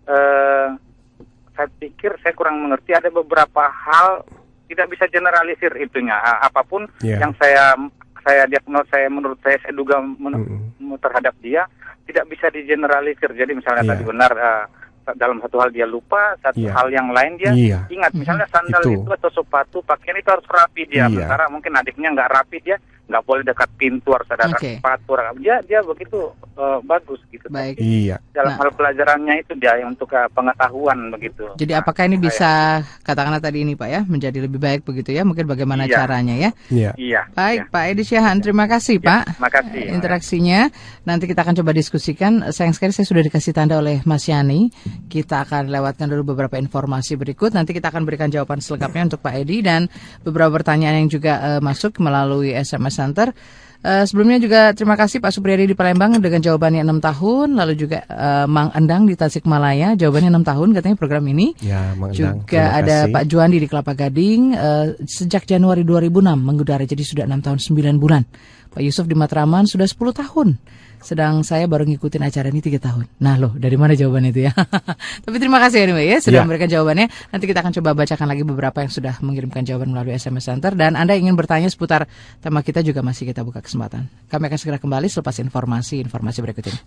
eh, saya pikir saya kurang mengerti, ada beberapa hal tidak bisa generalisir itunya. Ah, apapun Ya. yang saya saya diagnos, saya menurut saya, saya duga men- Mm-mm. terhadap dia, tidak bisa digeneralisir. Jadi misalnya Iya. tadi benar, uh, dalam satu hal dia lupa, satu Iya. hal yang lain dia Iya. ingat. Misalnya sandal Itu. itu. atau sepatu, pakaian itu harus rapi dia. Iya. Sementara mungkin adiknya nggak rapi, dia nggak boleh dekat pintu, harus ada dekat Oke. sepatu. Dia dia begitu uh, bagus gitu. Baik. Tapi Iya. dalam Nah. hal pelajarannya itu dia yang untuk uh, pengetahuan begitu. Jadi Nah, apakah ini saya- bisa, katakanlah tadi ini Pak ya, menjadi lebih baik begitu ya? Mungkin bagaimana Iya. caranya ya? Iya. Iya. Baik, iya. Pak Edi Syahan, terima kasih Ya, Pak. makasih. Interaksinya nanti kita akan coba diskusikan. Sayang sekali saya sudah dikasih tanda oleh Mas Yani. Kita akan lewatkan dulu beberapa informasi berikut. Nanti kita akan berikan jawaban selengkapnya untuk Pak Edi dan beberapa pertanyaan yang juga uh, masuk melalui S M S Center. Uh, sebelumnya juga terima kasih Pak Supriyadi di Palembang dengan jawabannya enam tahun. Lalu juga uh, Mang Endang di Tasikmalaya, jawabannya enam tahun katanya program ini. Ya, Mang Endang, Juga terima ada kasih. Pak Juandi di Kelapa Gading, uh, sejak Januari dua ribu enam mengudara, jadi sudah enam tahun sembilan bulan. Pak Yusuf di Matraman sudah sepuluh tahun. Sedang saya baru ngikutin acara ini tiga tahun. Nah loh, dari mana jawabannya itu ya? Tapi terima kasih anyway ya, sudah Ya. memberikan jawabannya. Nanti kita akan coba bacakan lagi beberapa yang sudah mengirimkan jawaban melalui S M S Center. Dan Anda ingin bertanya seputar tema kita juga masih kita buka kesempatan. Kami akan segera kembali selepas informasi-informasi berikut ini.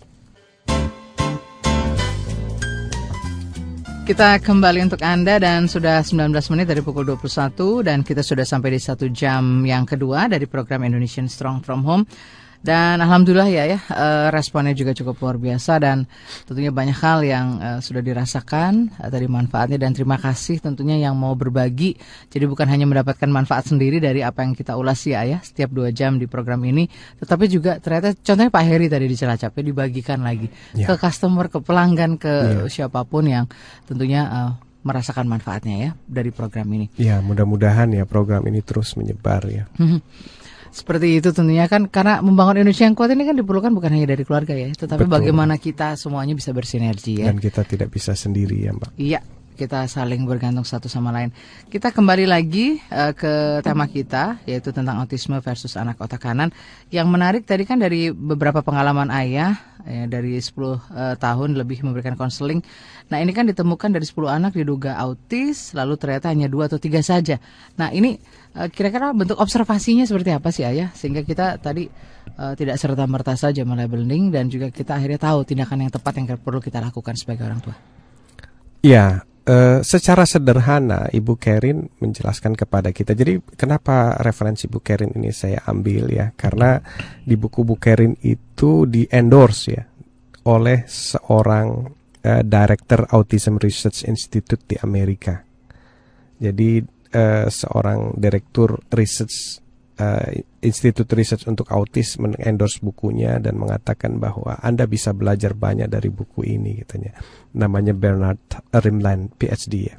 Kita kembali untuk Anda dan sudah sembilan belas menit dari pukul dua puluh satu dan kita sudah sampai di satu jam yang kedua dari program Indonesian Strong From Home. Dan alhamdulillah ya ya eh, responnya juga cukup luar biasa dan tentunya banyak hal yang eh, sudah dirasakan eh, tadi manfaatnya, dan terima kasih tentunya yang mau berbagi. Jadi bukan hanya mendapatkan manfaat sendiri dari apa yang kita ulas ya ya setiap dua jam di program ini, tetapi juga ternyata contohnya Pak Heri tadi di Cilacap ya, dibagikan lagi Ya. ke customer, ke pelanggan, ke Ya. siapapun yang tentunya eh, merasakan manfaatnya ya dari program ini. Ya, mudah-mudahan ya program ini terus menyebar ya. Seperti itu tentunya kan, karena membangun Indonesia yang kuat ini kan diperlukan bukan hanya dari keluarga ya, tetapi Betul. bagaimana kita semuanya bisa bersinergi ya. Dan kita tidak bisa sendiri ya, Mbak. Iya, kita saling bergantung satu sama lain. Kita kembali lagi uh, ke tema kita, yaitu tentang autisme versus anak otak kanan. Yang menarik tadi kan dari beberapa pengalaman ayah, ya, dari sepuluh uh, tahun lebih memberikan konseling. Nah ini kan ditemukan dari sepuluh anak diduga autis, lalu ternyata hanya dua atau tiga saja. Nah ini uh, kira-kira bentuk observasinya seperti apa sih ayah? Sehingga kita tadi uh, tidak serta-merta saja melabeling, dan juga kita akhirnya tahu tindakan yang tepat yang perlu kita lakukan sebagai orang tua. Ya, Uh, secara sederhana Ibu Kerin menjelaskan kepada kita. Jadi kenapa referensi Bu Kerin ini saya ambil ya? Karena di buku Bu Kerin itu di endorse ya oleh seorang uh, Director Autism Research Institute di Amerika. Jadi uh, seorang Direktur Research uh, Institute Research untuk Autis mengendorse bukunya dan mengatakan bahwa Anda bisa belajar banyak dari buku ini katanya. Namanya Bernard Rimland, P H D ya.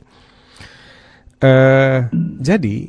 Uh, jadi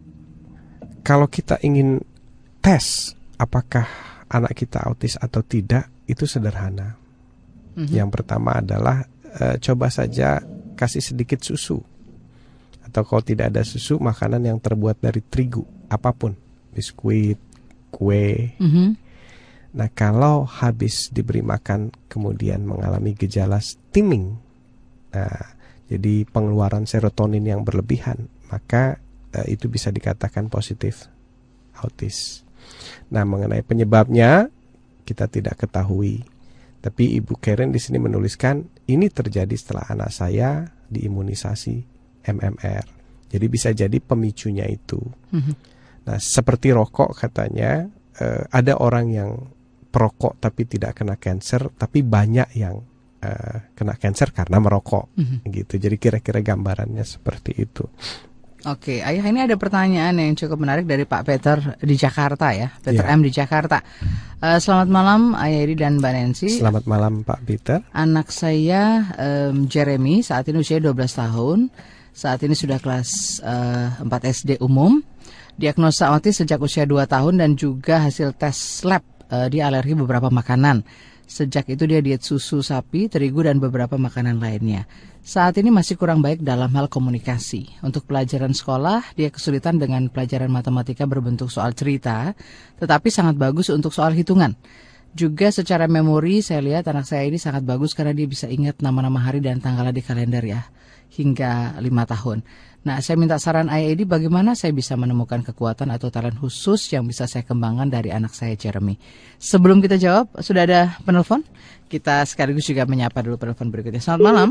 kalau kita ingin tes apakah anak kita autis atau tidak, itu sederhana. Mm-hmm. Yang pertama adalah uh, coba saja kasih sedikit susu, atau kalau tidak ada susu, makanan yang terbuat dari terigu, apapun, biskuit, kue. Mm-hmm. Nah, kalau habis diberi makan kemudian mengalami gejala stimming, nah, jadi pengeluaran serotonin yang berlebihan, maka uh, itu bisa dikatakan positif autis. Nah, mengenai penyebabnya kita tidak ketahui. Tapi Ibu Kerin di sini menuliskan ini terjadi setelah anak saya diimunisasi M M R. Jadi bisa jadi pemicunya itu. Mm-hmm. Nah, seperti rokok katanya, uh, ada orang yang perokok tapi tidak kena kanker, tapi banyak yang uh, kena kanker karena merokok, mm-hmm. gitu. Jadi kira-kira gambarannya seperti itu. Oke, Ayah, ini ada pertanyaan yang cukup menarik dari Pak Peter di Jakarta ya, Peter yeah. M di Jakarta. Uh, selamat malam Ayah Edi dan Mbak Nancy. Selamat malam Pak Peter. Anak saya um, Jeremy saat ini usia dua belas tahun, saat ini sudah kelas uh, empat S D umum. Diagnosa autis sejak usia dua tahun dan juga hasil tes lab uh, dia alergi beberapa makanan. Sejak itu dia diet susu sapi, terigu dan beberapa makanan lainnya. Saat ini masih kurang baik dalam hal komunikasi. Untuk pelajaran sekolah, dia kesulitan dengan pelajaran matematika berbentuk soal cerita, tetapi sangat bagus untuk soal hitungan. Juga secara memori, saya lihat anak saya ini sangat bagus karena dia bisa ingat nama-nama hari dan tanggalnya di kalender ya, hingga lima tahun. Nah, saya minta saran Ayah Edi bagaimana saya bisa menemukan kekuatan atau talent khusus yang bisa saya kembangkan dari anak saya Jeremy. Sebelum kita jawab, sudah ada penelpon? Kita sekaligus juga menyapa dulu penelpon berikutnya. Selamat malam.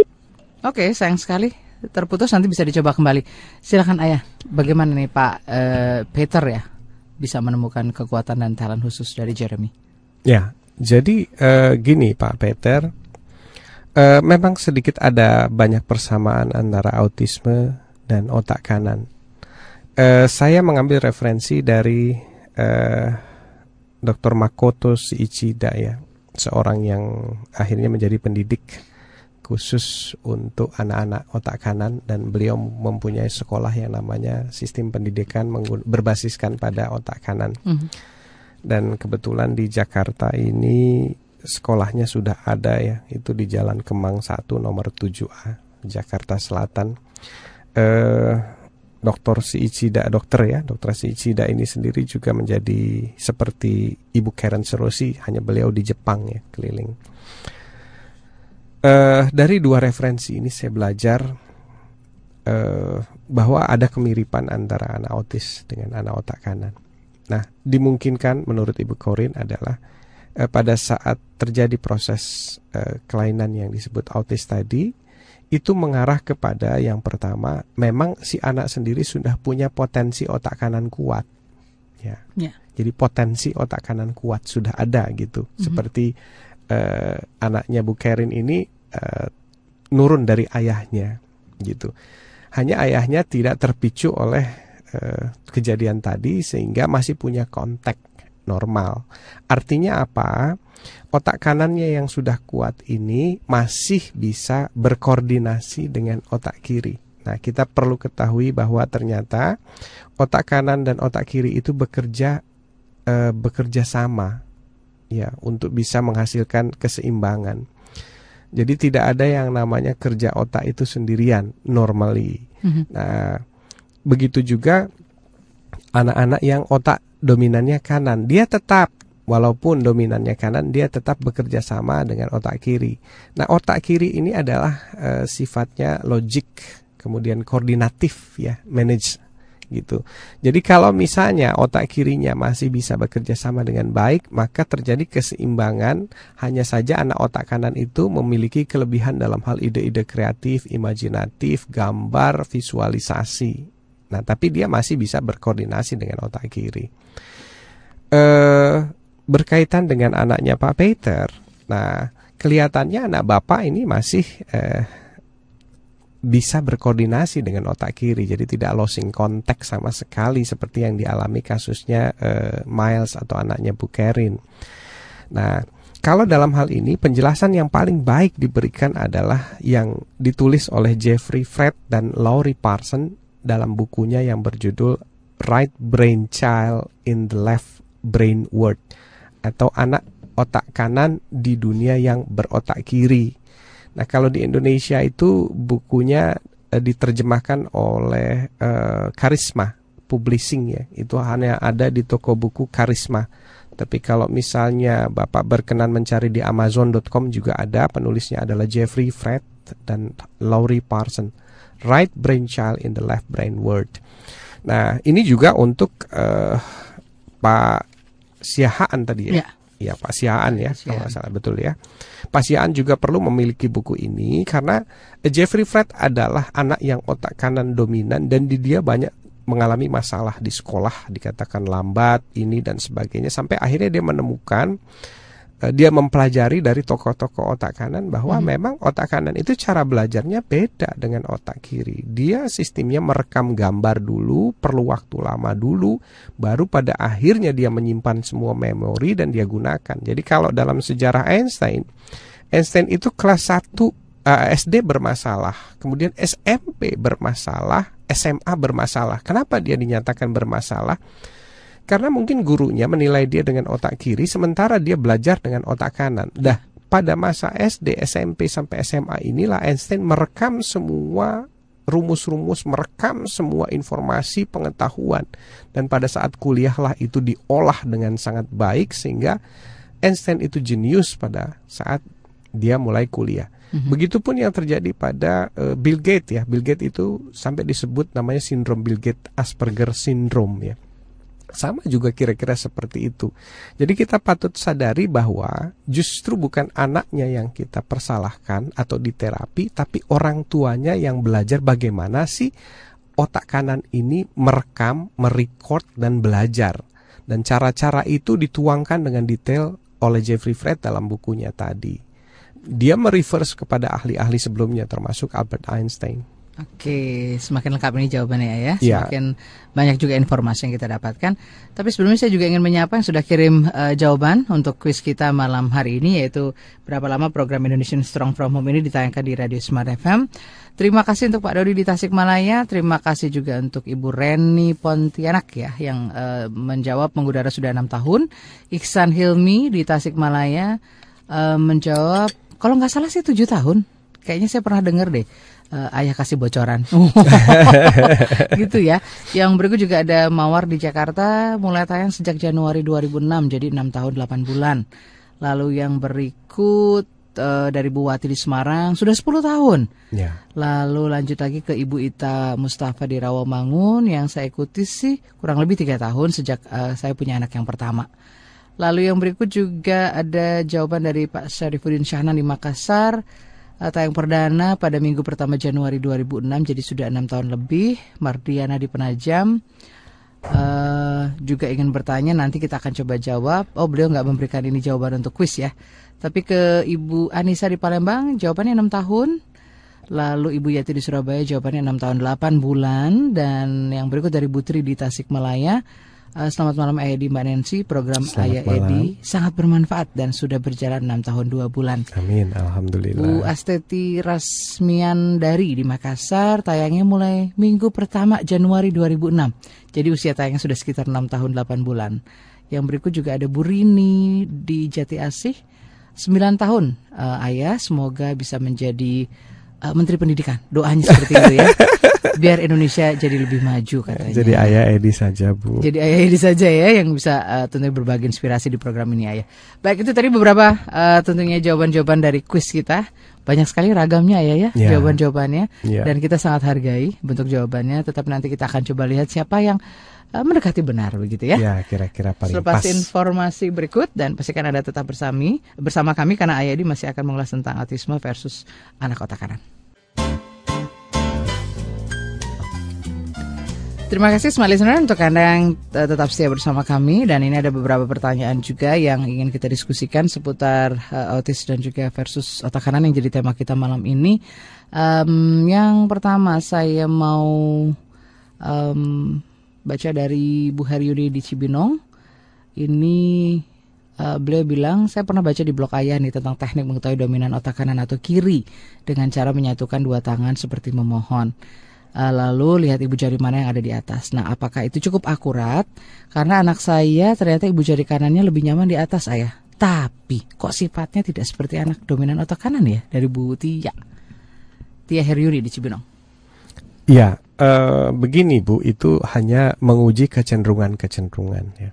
Oke, sayang sekali terputus, nanti bisa dicoba kembali. Silakan Ayah, bagaimana nih Pak uh, Peter ya bisa menemukan kekuatan dan talent khusus dari Jeremy? Ya, jadi uh, gini Pak Peter. Uh, memang sedikit ada banyak persamaan antara autisme dan otak kanan. Uh, saya mengambil referensi dari uh, doktor Makoto Shiichida ya, seorang yang akhirnya menjadi pendidik khusus untuk anak-anak otak kanan, dan beliau mempunyai sekolah yang namanya sistem pendidikan berbasiskan pada otak kanan. Mm-hmm. Dan kebetulan di Jakarta ini sekolahnya sudah ada ya, itu di Jalan Kemang satu nomor tujuh A, Jakarta Selatan. Eh, Doktor Shiichida, dokter ya, Dokter Shiichida ini sendiri juga menjadi seperti Ibu Karen Serosi, hanya beliau di Jepang ya, keliling. Eh, dari dua referensi ini saya belajar eh, bahwa ada kemiripan antara anak autis dengan anak otak kanan. Nah, dimungkinkan menurut Ibu Kerin adalah pada saat terjadi proses uh, kelainan yang disebut autis tadi, itu mengarah kepada yang pertama, memang si anak sendiri sudah punya potensi otak kanan kuat, ya. Yeah. Jadi potensi otak kanan kuat sudah ada gitu. Mm-hmm. Seperti uh, anaknya Bu Kerin ini uh, nurun dari ayahnya, gitu. Hanya ayahnya tidak terpicu oleh uh, kejadian tadi sehingga masih punya kontak normal. Artinya apa? Otak kanannya yang sudah kuat ini masih bisa berkoordinasi dengan otak kiri. Nah, kita perlu ketahui bahwa ternyata otak kanan dan otak kiri itu bekerja eh, bekerja sama ya, untuk bisa menghasilkan keseimbangan. Jadi tidak ada yang namanya kerja otak itu sendirian normally. Mm-hmm. Nah, begitu juga anak-anak yang otak dominannya kanan, dia tetap, walaupun dominannya kanan, dia tetap bekerja sama dengan otak kiri. Nah, otak kiri ini adalah uh, sifatnya logik, kemudian koordinatif ya, manage gitu. Jadi kalau misalnya otak kirinya masih bisa bekerja sama dengan baik, maka terjadi keseimbangan. Hanya saja anak otak kanan itu memiliki kelebihan dalam hal ide-ide kreatif, imajinatif, gambar, visualisasi. Nah, tapi dia masih bisa berkoordinasi dengan otak kiri. Eh, berkaitan dengan anaknya Pak Peter, nah kelihatannya anak Bapak ini masih eh, bisa berkoordinasi dengan otak kiri, jadi tidak losing contact sama sekali seperti yang dialami kasusnya uh, Miles atau anaknya Bu Kerin. Nah, kalau dalam hal ini penjelasan yang paling baik diberikan adalah yang ditulis oleh Jeffrey Fred dan Laurie Parson dalam bukunya yang berjudul Right Brain Child in the Left Brain World, atau anak otak kanan di dunia yang berotak kiri. Nah, kalau di Indonesia itu bukunya eh, diterjemahkan oleh eh, Karisma Publishing ya. Itu hanya ada di toko buku Karisma. Tapi kalau misalnya Bapak berkenan mencari di amazon dot com juga ada, penulisnya adalah Jeffrey Fred dan Laurie Parson. Right Brain Child in the Left Brain World. Nah, ini juga untuk eh, Pak Siahaan tadi ya. Ya. Ya, Pak Siaan ya, kalau nggak salah, betul ya. Pak Siaan juga perlu memiliki buku ini karena Jeffrey Fred adalah anak yang otak kanan dominan dan di dia banyak mengalami masalah di sekolah, dikatakan lambat, ini dan sebagainya, sampai akhirnya dia menemukan, uh, dia mempelajari dari tokoh-tokoh otak kanan bahwa hmm. memang otak kanan itu cara belajarnya beda dengan otak kiri. Dia sistemnya merekam gambar dulu, perlu waktu lama dulu, baru pada akhirnya dia menyimpan semua memori dan dia gunakan. Jadi kalau dalam sejarah Einstein, Einstein itu kelas satu uh, S D bermasalah, kemudian S M P bermasalah, S M A bermasalah. Kenapa dia dinyatakan bermasalah? Karena mungkin gurunya menilai dia dengan otak kiri, sementara dia belajar dengan otak kanan. Dah, pada masa S D, S M P sampai S M A inilah Einstein merekam semua rumus-rumus, merekam semua informasi pengetahuan. Dan pada saat kuliahlah itu diolah dengan sangat baik sehingga Einstein itu jenius pada saat dia mulai kuliah. Mm-hmm. Begitupun yang terjadi pada uh, Bill Gates ya. Bill Gates itu sampai disebut namanya sindrom Bill Gates Asperger syndrome ya. Sama juga kira-kira seperti itu. Jadi kita patut sadari bahwa justru bukan anaknya yang kita persalahkan atau diterapi, tapi orang tuanya yang belajar bagaimana sih otak kanan ini merekam, merecord, dan belajar. Dan cara-cara itu dituangkan dengan detail oleh Jeffrey Fred dalam bukunya tadi. Dia mereverse kepada ahli-ahli sebelumnya termasuk Albert Einstein. Oke, semakin lengkap ini jawabannya ya. ya. Semakin banyak juga informasi yang kita dapatkan. Tapi sebelumnya saya juga ingin menyapa yang sudah kirim uh, jawaban untuk kuis kita malam hari ini, yaitu berapa lama program Indonesian Strong From Home ini ditayangkan di Radio Smart F M. Terima kasih untuk Pak Dodi di Tasikmalaya. Terima kasih juga untuk Ibu Reni Pontianak ya, yang uh, menjawab mengudara sudah enam tahun. Iksan Hilmi di Tasikmalaya uh, menjawab, kalau nggak salah sih tujuh tahun. Kayaknya saya pernah dengar deh. Uh, ayah kasih bocoran gitu ya. Yang berikut juga ada Mawar di Jakarta, mulai tayang sejak Januari dua ribu enam, jadi enam tahun delapan bulan. Lalu yang berikut uh, dari Bu Wati di Semarang, sudah sepuluh tahun ya. Lalu lanjut lagi ke Ibu Ita Mustafa di Rawamangun, yang saya ikuti sih kurang lebih tiga tahun sejak uh, saya punya anak yang pertama. Lalu yang berikut juga ada jawaban dari Pak Syarifuddin Syahnan di Makassar, tayang perdana pada minggu pertama Januari dua ribu enam, jadi sudah enam tahun lebih. Mardiana di Penajam uh, juga ingin bertanya, nanti kita akan coba jawab. Oh, beliau nggak memberikan ini jawaban untuk kuis ya. Tapi ke Ibu Anissa di Palembang, jawabannya enam tahun. Lalu Ibu Yati di Surabaya, jawabannya enam tahun delapan bulan. Dan yang berikut dari Butri di Tasikmalaya, Uh, selamat malam Ayah Edi, Mbak Nancy. Program Selamat Ayah malam. Edi sangat bermanfaat dan sudah berjalan enam tahun dua bulan. Amin, alhamdulillah. Bu Asteti Rasmian dari di Makassar, tayangnya mulai minggu pertama Januari dua ribu enam. Jadi usia tayangnya sudah sekitar enam tahun delapan bulan. Yang berikut juga ada Bu Rini di Jati Asih, sembilan tahun. Uh, ayah, semoga bisa menjadi uh, Menteri Pendidikan. Doanya seperti itu ya. Biar Indonesia jadi lebih maju katanya. Jadi Ayah Edi saja, Bu. Jadi Ayah Edi saja ya yang bisa uh, tentunya berbagi inspirasi di program ini, Ayah. Baik, itu tadi beberapa uh, tentunya jawaban-jawaban dari kuis kita. Banyak sekali ragamnya ya ya, yeah. jawaban-jawabannya. Yeah. Dan kita sangat hargai bentuk jawabannya. Tetap nanti kita akan coba lihat siapa yang uh, mendekati benar begitu ya. Ya, kira-kira paling Selepas pas. informasi berikut, dan pastikan Anda tetap bersama, bersama kami karena Ayah Edi masih akan mengulas tentang autisme versus anak otak kanan. Terima kasih smart listener untuk Anda yang uh, tetap setia bersama kami. Dan ini ada beberapa pertanyaan juga yang ingin kita diskusikan seputar uh, autis dan juga versus otak kanan yang jadi tema kita malam ini. Um, yang pertama saya mau um, baca dari Bu Haryuni di Cibinong. Ini uh, beliau bilang, saya pernah baca di blog Ayah nih tentang teknik mengetahui dominan otak kanan atau kiri dengan cara menyatukan dua tangan seperti memohon. Uh, lalu lihat ibu jari mana yang ada di atas. Nah, apakah itu cukup akurat? Karena anak saya ternyata ibu jari kanannya lebih nyaman di atas, Ayah. Tapi kok sifatnya tidak seperti anak dominan otak kanan ya? Dari Bu Tia. Tia Heryuri di Cibinong. Ya, uh, begini Bu, itu hanya menguji kecenderungan-kecenderungan ya.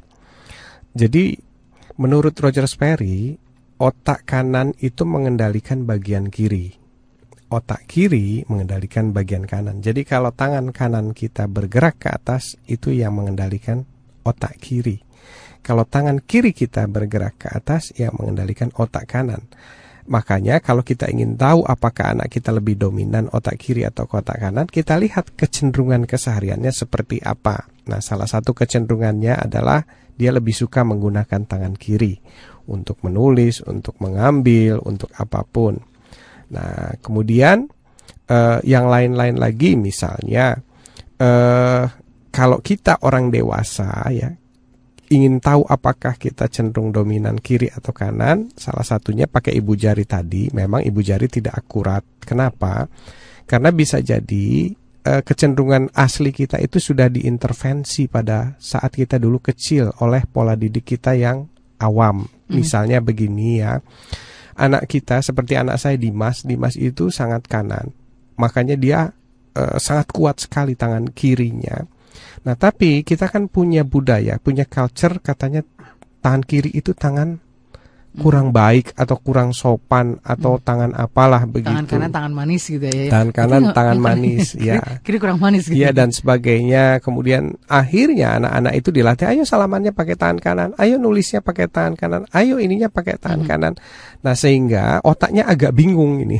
Jadi menurut Roger Sperry, otak kanan itu mengendalikan bagian kiri. Otak kiri mengendalikan bagian kanan. Jadi kalau tangan kanan kita bergerak ke atas, itu yang mengendalikan otak kiri. Kalau tangan kiri kita bergerak ke atas, yang mengendalikan otak kanan. Makanya kalau kita ingin tahu apakah anak kita lebih dominan otak kiri atau otak kanan, kita lihat kecenderungan kesehariannya seperti apa. Nah, salah satu kecenderungannya adalah dia lebih suka menggunakan tangan kiri untuk menulis, untuk mengambil, untuk apapun. Nah, kemudian eh, yang lain-lain lagi, misalnya eh, kalau kita orang dewasa ya ingin tahu apakah kita cenderung dominan kiri atau kanan, salah satunya pakai ibu jari tadi. Memang ibu jari tidak akurat. Kenapa? Karena bisa jadi eh, kecenderungan asli kita itu sudah diintervensi pada saat kita dulu kecil oleh pola didik kita yang awam. Mm. Misalnya begini ya. Anak kita seperti anak saya Dimas, Dimas itu sangat kanan. Makanya dia e, sangat kuat sekali tangan kirinya. Nah, tapi kita kan punya budaya, punya culture katanya tangan kiri itu tangan kurang baik atau kurang sopan atau hmm. tangan apalah begitu. Tangan kanan tangan manis gitu ya. Tangan kanan itu, tangan manis ya. Kiri kurang manis gitu. Iya, dan sebagainya. Kemudian akhirnya anak-anak itu dilatih, ayo salamannya pakai tangan kanan, ayo nulisnya pakai tangan kanan, ayo ininya pakai tangan hmm. kanan. Nah, sehingga otaknya agak bingung ini.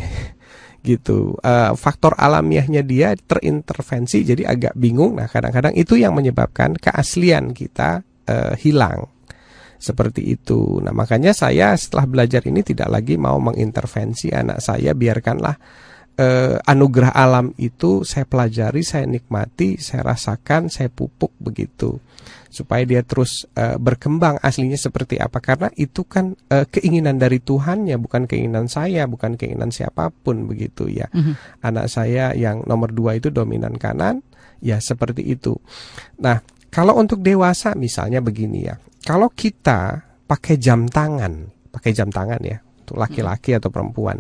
Gitu. Uh, faktor alamiahnya dia terintervensi jadi agak bingung. Nah, kadang-kadang itu yang menyebabkan keaslian kita uh, hilang. Seperti itu. Nah, makanya saya setelah belajar ini tidak lagi mau mengintervensi anak saya. Biarkanlah eh, anugerah alam itu saya pelajari, saya nikmati, saya rasakan, saya pupuk begitu. Supaya dia terus eh, berkembang aslinya seperti apa. Karena itu kan eh, keinginan dari Tuhannya, bukan keinginan saya, bukan keinginan siapapun begitu ya. Mm-hmm. Anak saya yang nomor dua itu dominan kanan, ya seperti itu. Nah, kalau untuk dewasa misalnya begini ya. Kalau kita pakai jam tangan, pakai jam tangan ya, untuk laki-laki atau perempuan,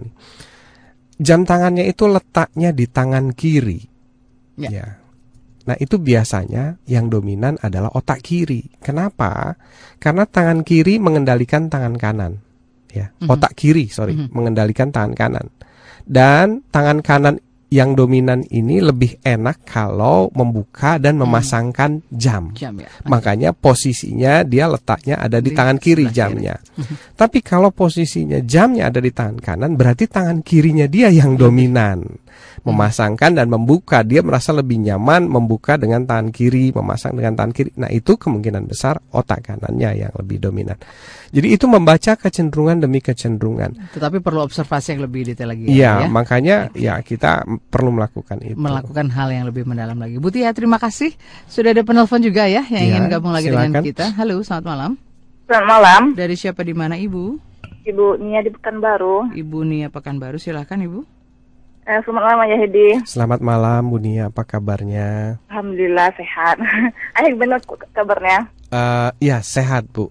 jam tangannya itu letaknya di tangan kiri, ya. ya. Nah, itu biasanya yang dominan adalah otak kiri. Kenapa? Karena tangan kiri mengendalikan tangan kanan, ya. Mm-hmm. Otak kiri, sorry, mm-hmm. mengendalikan tangan kanan, dan tangan kanan yang dominan ini lebih enak kalau membuka dan memasangkan jam. jam ya. Makanya posisinya dia letaknya ada di, di tangan kiri jamnya. Kiri. Tapi kalau posisinya jamnya ada di tangan kanan, berarti tangan kirinya dia yang dominan. Memasangkan dan membuka, dia merasa lebih nyaman membuka dengan tangan kiri, memasang dengan tangan kiri. Nah, itu kemungkinan besar otak kanannya yang lebih dominan. Jadi itu membaca kecenderungan demi kecenderungan. Tetapi perlu observasi yang lebih detail lagi. Iya, ya? Makanya ya. ya kita perlu melakukan itu. Melakukan hal yang lebih mendalam lagi. Bu Tia, terima kasih. Sudah ada penelpon juga ya yang ya, ingin gabung lagi silakan. Dengan kita. Halo, selamat malam. Selamat malam. Dari siapa di mana Ibu? Ibu Nia di Pekanbaru. Ibu Nia Pekanbaru, silakan Ibu. Eh, selamat malam Ayah Hedi. Selamat malam Bu Nia, apa kabarnya? Alhamdulillah sehat. Ayah benar kabarnya? Uh, ya sehat Bu.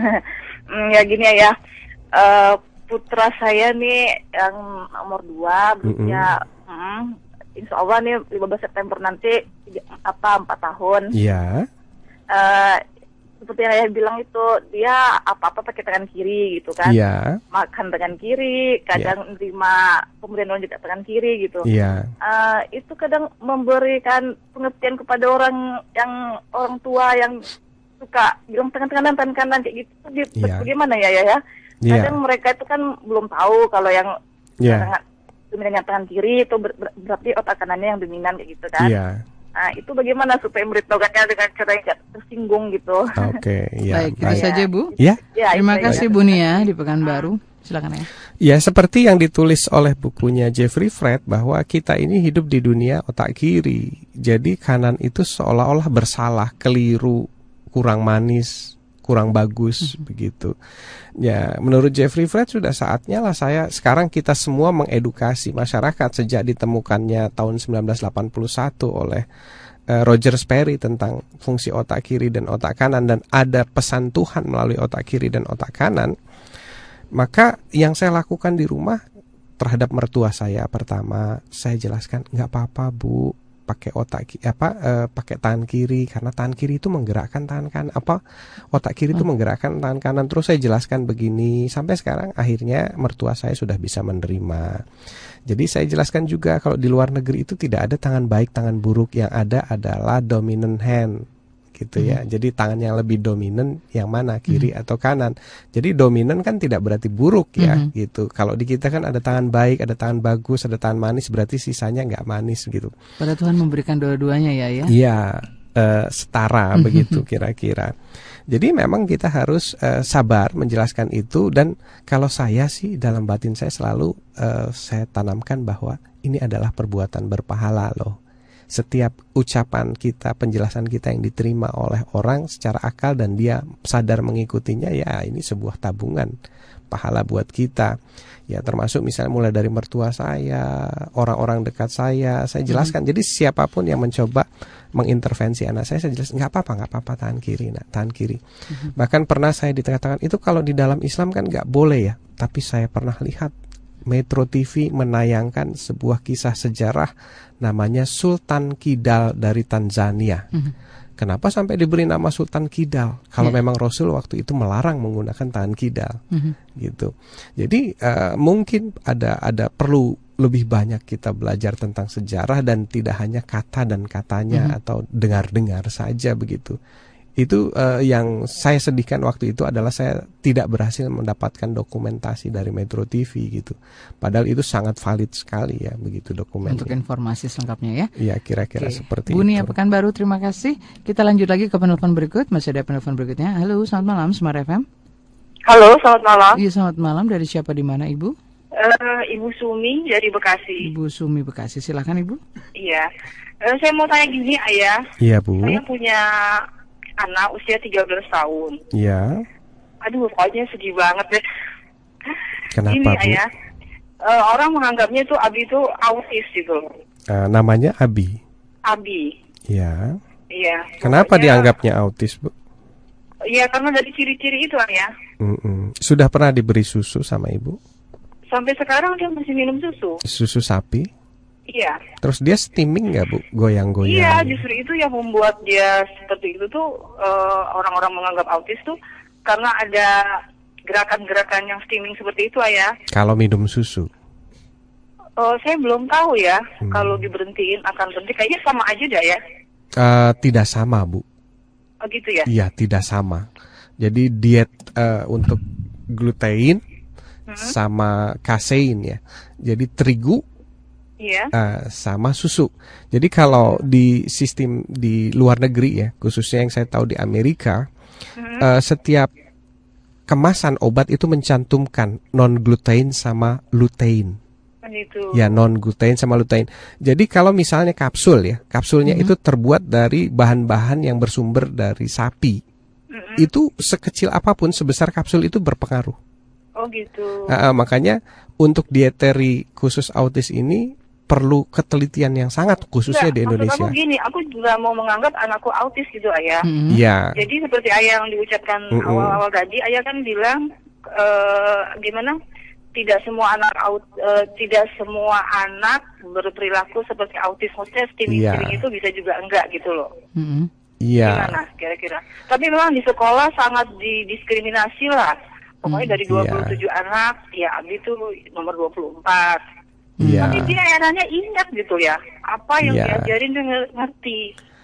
hmm, ya gini ya, uh, putra saya nih yang nomor dua, berusia insya Allah nih lima belas September nanti apa empat tahun. Iya. Uh, seperti yang ayah bilang itu, dia apa-apa pakai tangan kiri gitu kan. Iya. Makan tangan kiri, kadang yeah. nerima pemberian juga tangan kiri gitu. Iya. Uh, itu kadang memberikan pengertian kepada orang yang orang tua yang suka bilang tangan kanan, tangan kanan kayak gitu. Yeah. Bagaimana ya ya ya? Kadang yeah. mereka itu kan belum tahu kalau yang yeah. tangan, dominan tangan kiri itu ber, ber, berarti otak kanannya yang dominan kayak gitu kan. Iya. Nah, itu bagaimana supaya memberitahukannya dengan cara yang tidak tersinggung gitu. Oke, okay, ya. Baik, itu saja Bu. Ya. ya Terima ya, kasih ya. Bu Nia di Pekanbaru. Silakan ya. Ya, seperti yang ditulis oleh bukunya Jeffrey Fred bahwa kita ini hidup di dunia otak kiri. Jadi kanan itu seolah-olah bersalah, keliru, kurang manis, kurang bagus, hmm. begitu. Ya, menurut Jeffrey Fred sudah saatnya lah saya sekarang kita semua mengedukasi masyarakat sejak ditemukannya tahun sembilan belas delapan puluh satu oleh uh, Roger Sperry tentang fungsi otak kiri dan otak kanan, dan ada pesan Tuhan melalui otak kiri dan otak kanan. Maka yang saya lakukan di rumah terhadap mertua saya, pertama saya jelaskan nggak apa-apa Bu, pakai otak apa uh, pakai tangan kiri karena tangan kiri itu menggerakkan tangan kanan, apa otak kiri itu menggerakkan tangan kanan. Terus saya jelaskan begini sampai sekarang akhirnya mertua saya sudah bisa menerima. Jadi saya jelaskan juga kalau di luar negeri itu tidak ada tangan baik tangan buruk, yang ada adalah dominant hand gitu ya. Hmm. Jadi tangan yang lebih dominan yang mana, kiri hmm. atau kanan. Jadi dominan kan tidak berarti buruk ya, hmm. gitu. Kalau di kita kan ada tangan baik, ada tangan bagus, ada tangan manis, berarti sisanya nggak manis gitu. Pada Tuhan memberikan dua-duanya ya ya. Iya, uh, setara begitu kira-kira. Jadi memang kita harus uh, sabar menjelaskan itu, dan kalau saya sih dalam batin saya selalu uh, saya tanamkan bahwa ini adalah perbuatan berpahala loh. Setiap ucapan kita, penjelasan kita yang diterima oleh orang secara akal dan dia sadar mengikutinya, ya ini sebuah tabungan pahala buat kita. Ya termasuk misalnya mulai dari mertua saya, orang-orang dekat saya, saya jelaskan. Mm-hmm. Jadi siapapun yang mencoba mengintervensi anak saya, saya jelaskan nggak apa-apa, nggak apa-apa tangan kiri, nah, tangan kiri. Mm-hmm. Bahkan pernah saya dikatakan itu kalau di dalam Islam kan nggak boleh ya, tapi saya pernah lihat Metro T V menayangkan sebuah kisah sejarah namanya Sultan Kidal dari Tanzania. Mm-hmm. Kenapa sampai diberi nama Sultan Kidal? Kalau yeah. memang Rasul waktu itu melarang menggunakan tangan kidal, mm-hmm. gitu. Jadi uh, mungkin ada ada perlu lebih banyak kita belajar tentang sejarah dan tidak hanya kata dan katanya mm-hmm. atau dengar-dengar saja begitu. Itu uh, yang saya sedihkan waktu itu adalah saya tidak berhasil mendapatkan dokumentasi dari Metro T V gitu. Padahal itu sangat valid sekali ya begitu dokumennya. Untuk informasi selengkapnya ya. Iya kira-kira okay. seperti Bu Nia itu. Pekanbaru, terima kasih. Kita lanjut lagi ke penelpon berikut. Masih ada penelpon berikutnya. Halo, selamat malam Smart F M. Halo, selamat malam. Iya, selamat malam. Dari siapa, di mana Ibu? Uh, Ibu Sumi dari Bekasi. Ibu Sumi Bekasi, silakan Ibu. Iya. Uh, saya mau tanya gini Ayah. Iya Bu. Saya punya anak usia tiga belas tahun. Iya. Aduh, pokoknya sedih banget deh. Kenapa ini, Bu? Ayah, uh, orang menganggapnya itu Abi itu autis gitu. Uh, namanya Abi. Abi. Iya. Iya. Kenapa pokoknya dianggapnya autis Bu? Iya, karena dari ciri-ciri itu Ayah. Mm-mm. Sudah pernah diberi susu sama Ibu? Sampai sekarang dia masih minum susu. Susu sapi? Iya. Terus dia steaming nggak Bu? Goyang-goyang? Iya, justru itu yang membuat dia seperti itu tuh uh, orang-orang menganggap autis tuh karena ada gerakan-gerakan yang steaming seperti itu Ayah. Kalau minum susu? Uh, saya belum tahu ya. Hmm. Kalau diberhentiin akan berhenti, kayaknya sama aja dah ya. Uh, tidak sama Bu. Oh gitu ya? Iya, tidak sama. Jadi diet uh, untuk glutein hmm. sama kasein ya. Jadi terigu. Iya. Uh, sama susu. Jadi kalau di sistem di luar negeri ya, khususnya yang saya tahu di Amerika, mm-hmm. uh, setiap kemasan obat itu mencantumkan non glutein sama lutein. Itu. Ya, non glutein sama lutein. Jadi kalau misalnya kapsul ya, kapsulnya mm-hmm. itu terbuat dari bahan-bahan yang bersumber dari sapi. Mm-hmm. Itu sekecil apapun, sebesar kapsul itu berpengaruh. Oh gitu. Uh, uh, makanya untuk dieteri khusus autis ini perlu ketelitian yang sangat khususnya Nggak, di Indonesia. Maksud aku gini, aku juga mau menganggap anakku autis gitu Ayah. Iya. Mm-hmm. Jadi seperti Ayah yang diucapkan mm-hmm. awal-awal tadi, Ayah kan bilang uh, gimana tidak semua anak aut, uh, tidak semua anak berperilaku seperti autisme. Steaming-steaming Iya. itu bisa juga enggak gitu loh. Mm-hmm. Iya. Gimana kira-kira? Tapi memang di sekolah sangat didiskriminasi lah. Pokoknya Hmm. dari dua puluh tujuh Iya. anak, ya Abi itu nomor dua puluh empat. Iya. Tapi dia eranya ingat gitu ya. Apa yang Iya. diajarin dia nge- ngerti.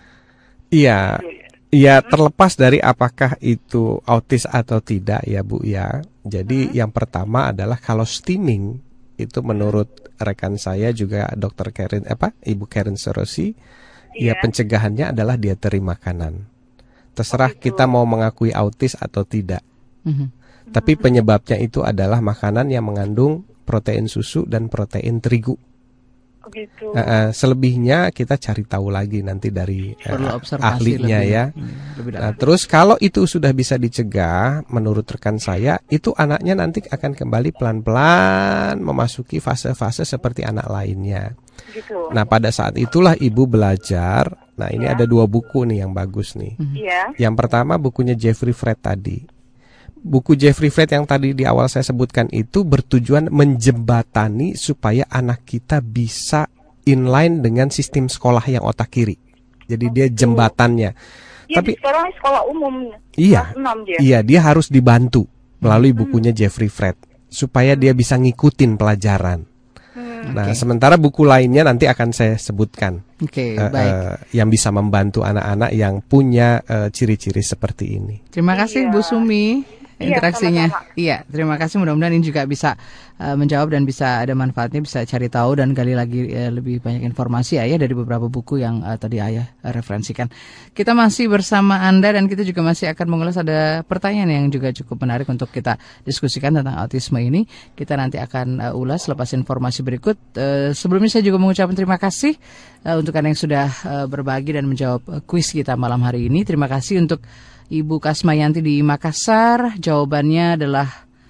Iya. Gitu ya. Ya, terlepas dari apakah itu autis atau tidak ya Bu ya. Jadi Hmm. yang pertama adalah kalau steaming itu menurut rekan saya juga dokter Karen apa Ibu Karen Sorosi, ya Iya. pencegahannya adalah dieteri makanan. Terserah Oh, gitu. kita mau mengakui autis atau tidak. Mhm. Tapi penyebabnya itu adalah makanan yang mengandung protein susu dan protein terigu. Oh, gitu. Eh, eh, selebihnya kita cari tahu lagi nanti dari eh, Perlu observasi ahlinya lebih, ya. hmm, lebih dalam. Nah, terus kalau itu sudah bisa dicegah, menurut rekan saya, itu anaknya nanti akan kembali pelan-pelan memasuki fase-fase seperti anak lainnya. Gitu. Nah, pada saat itulah ibu belajar. Nah, ini Ya. ada dua buku nih yang bagus nih. Iya. Yang pertama bukunya Jeffrey Fred tadi. Buku Jeffrey Fred yang tadi di awal saya sebutkan itu bertujuan menjembatani supaya anak kita bisa inline dengan sistem sekolah yang otak kiri. Jadi dia jembatannya. Iya, Tapi sekarang sekolah umum. iya, Kelas enam dia. iya dia harus dibantu melalui bukunya Jeffrey Fred supaya dia bisa ngikutin pelajaran. Hmm. Nah, Oke. sementara buku lainnya nanti akan saya sebutkan Oke, eh, baik. eh, yang bisa membantu anak-anak yang punya eh, ciri-ciri seperti ini. Terima kasih Iya. Bu Sumi Iya, interaksinya. sama-sama. Iya, terima kasih. Mudah-mudahan ini juga bisa uh, menjawab dan bisa ada manfaatnya, bisa cari tahu dan gali lagi uh, lebih banyak informasi Ayah dari beberapa buku yang uh, tadi Ayah uh, referensikan. Kita masih bersama Anda dan kita juga masih akan mengulas ada pertanyaan yang juga cukup menarik untuk kita diskusikan tentang autisme ini. Kita nanti akan uh, ulas lepas informasi berikut. Uh, sebelumnya saya juga mengucapkan terima kasih uh, untuk Anda yang sudah uh, berbagi dan menjawab uh, kuis kita malam hari ini. Terima kasih untuk Ibu Kasmayanti di Makassar. Jawabannya adalah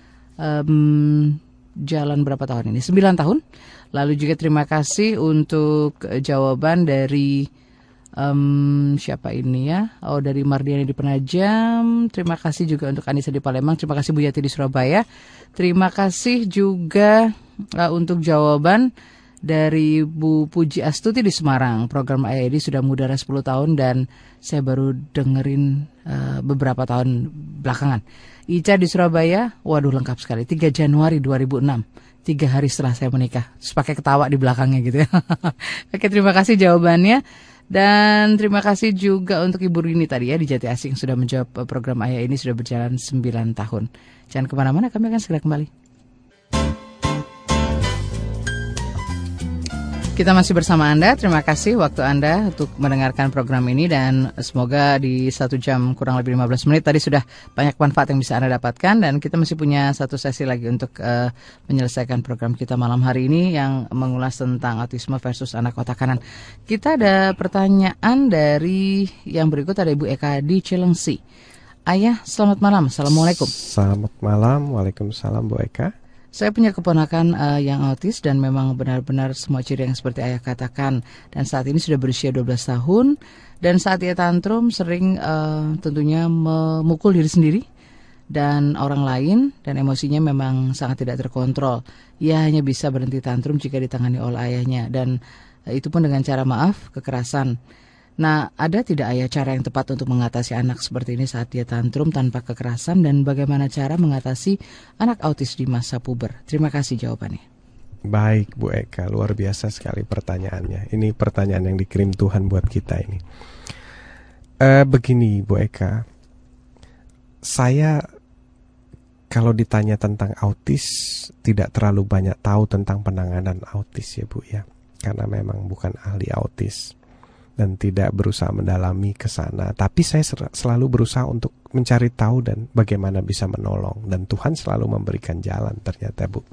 um, jalan berapa tahun ini? sembilan tahun. Lalu juga terima kasih untuk jawaban dari um, siapa ini ya? Oh, dari Mardiani di Penajam. Terima kasih juga untuk Anissa di Palembang. Terima kasih Bu Yati di Surabaya. Terima kasih juga uh, untuk jawaban dari Bu Puji Astuti di Semarang. Program A I D sudah mengudara sepuluh tahun dan saya baru dengerin uh, beberapa tahun belakangan. Ica di Surabaya, waduh lengkap sekali. tiga Januari dua ribu enam, tiga hari setelah saya menikah. Terus pakai ketawa di belakangnya gitu ya. Oke, terima kasih jawabannya. Dan terima kasih juga untuk Ibu Rini tadi ya di Jati Asih yang sudah menjawab program Ayah ini sudah berjalan sembilan tahun. Jangan kemana-mana, kami akan segera kembali. Kita masih bersama Anda, terima kasih waktu Anda untuk mendengarkan program ini dan semoga di satu jam kurang lebih lima belas menit tadi sudah banyak manfaat yang bisa Anda dapatkan dan kita masih punya satu sesi lagi untuk uh, menyelesaikan program kita malam hari ini yang mengulas tentang autisme versus anak otak kanan. Kita ada pertanyaan dari yang berikut, ada Ibu Eka di Cilengsi. Ayah, selamat malam. Assalamualaikum. Selamat malam, waalaikumsalam Bu Eka. Saya punya keponakan uh, yang autis dan memang benar-benar semua ciri yang seperti Ayah katakan. Dan saat ini sudah berusia dua belas tahun. Dan saat ia tantrum sering uh, tentunya memukul diri sendiri dan orang lain. Dan emosinya memang sangat tidak terkontrol. Ia hanya bisa berhenti tantrum jika ditangani oleh ayahnya. Dan uh, itu pun dengan cara maaf, kekerasan. Nah, ada tidak Ayah cara yang tepat untuk mengatasi anak seperti ini saat dia tantrum tanpa kekerasan dan bagaimana cara mengatasi anak autis di masa puber? Terima kasih jawabannya. Baik Bu Eka, luar biasa sekali pertanyaannya. Ini pertanyaan yang dikirim Tuhan buat kita ini. Eh, begini Bu Eka, saya kalau ditanya tentang autis tidak terlalu banyak tahu tentang penanganan autis ya Bu ya, karena memang bukan ahli autis dan tidak berusaha mendalami ke sana. Tapi saya selalu berusaha untuk mencari tahu dan bagaimana bisa menolong. Dan Tuhan selalu memberikan jalan ternyata Bu.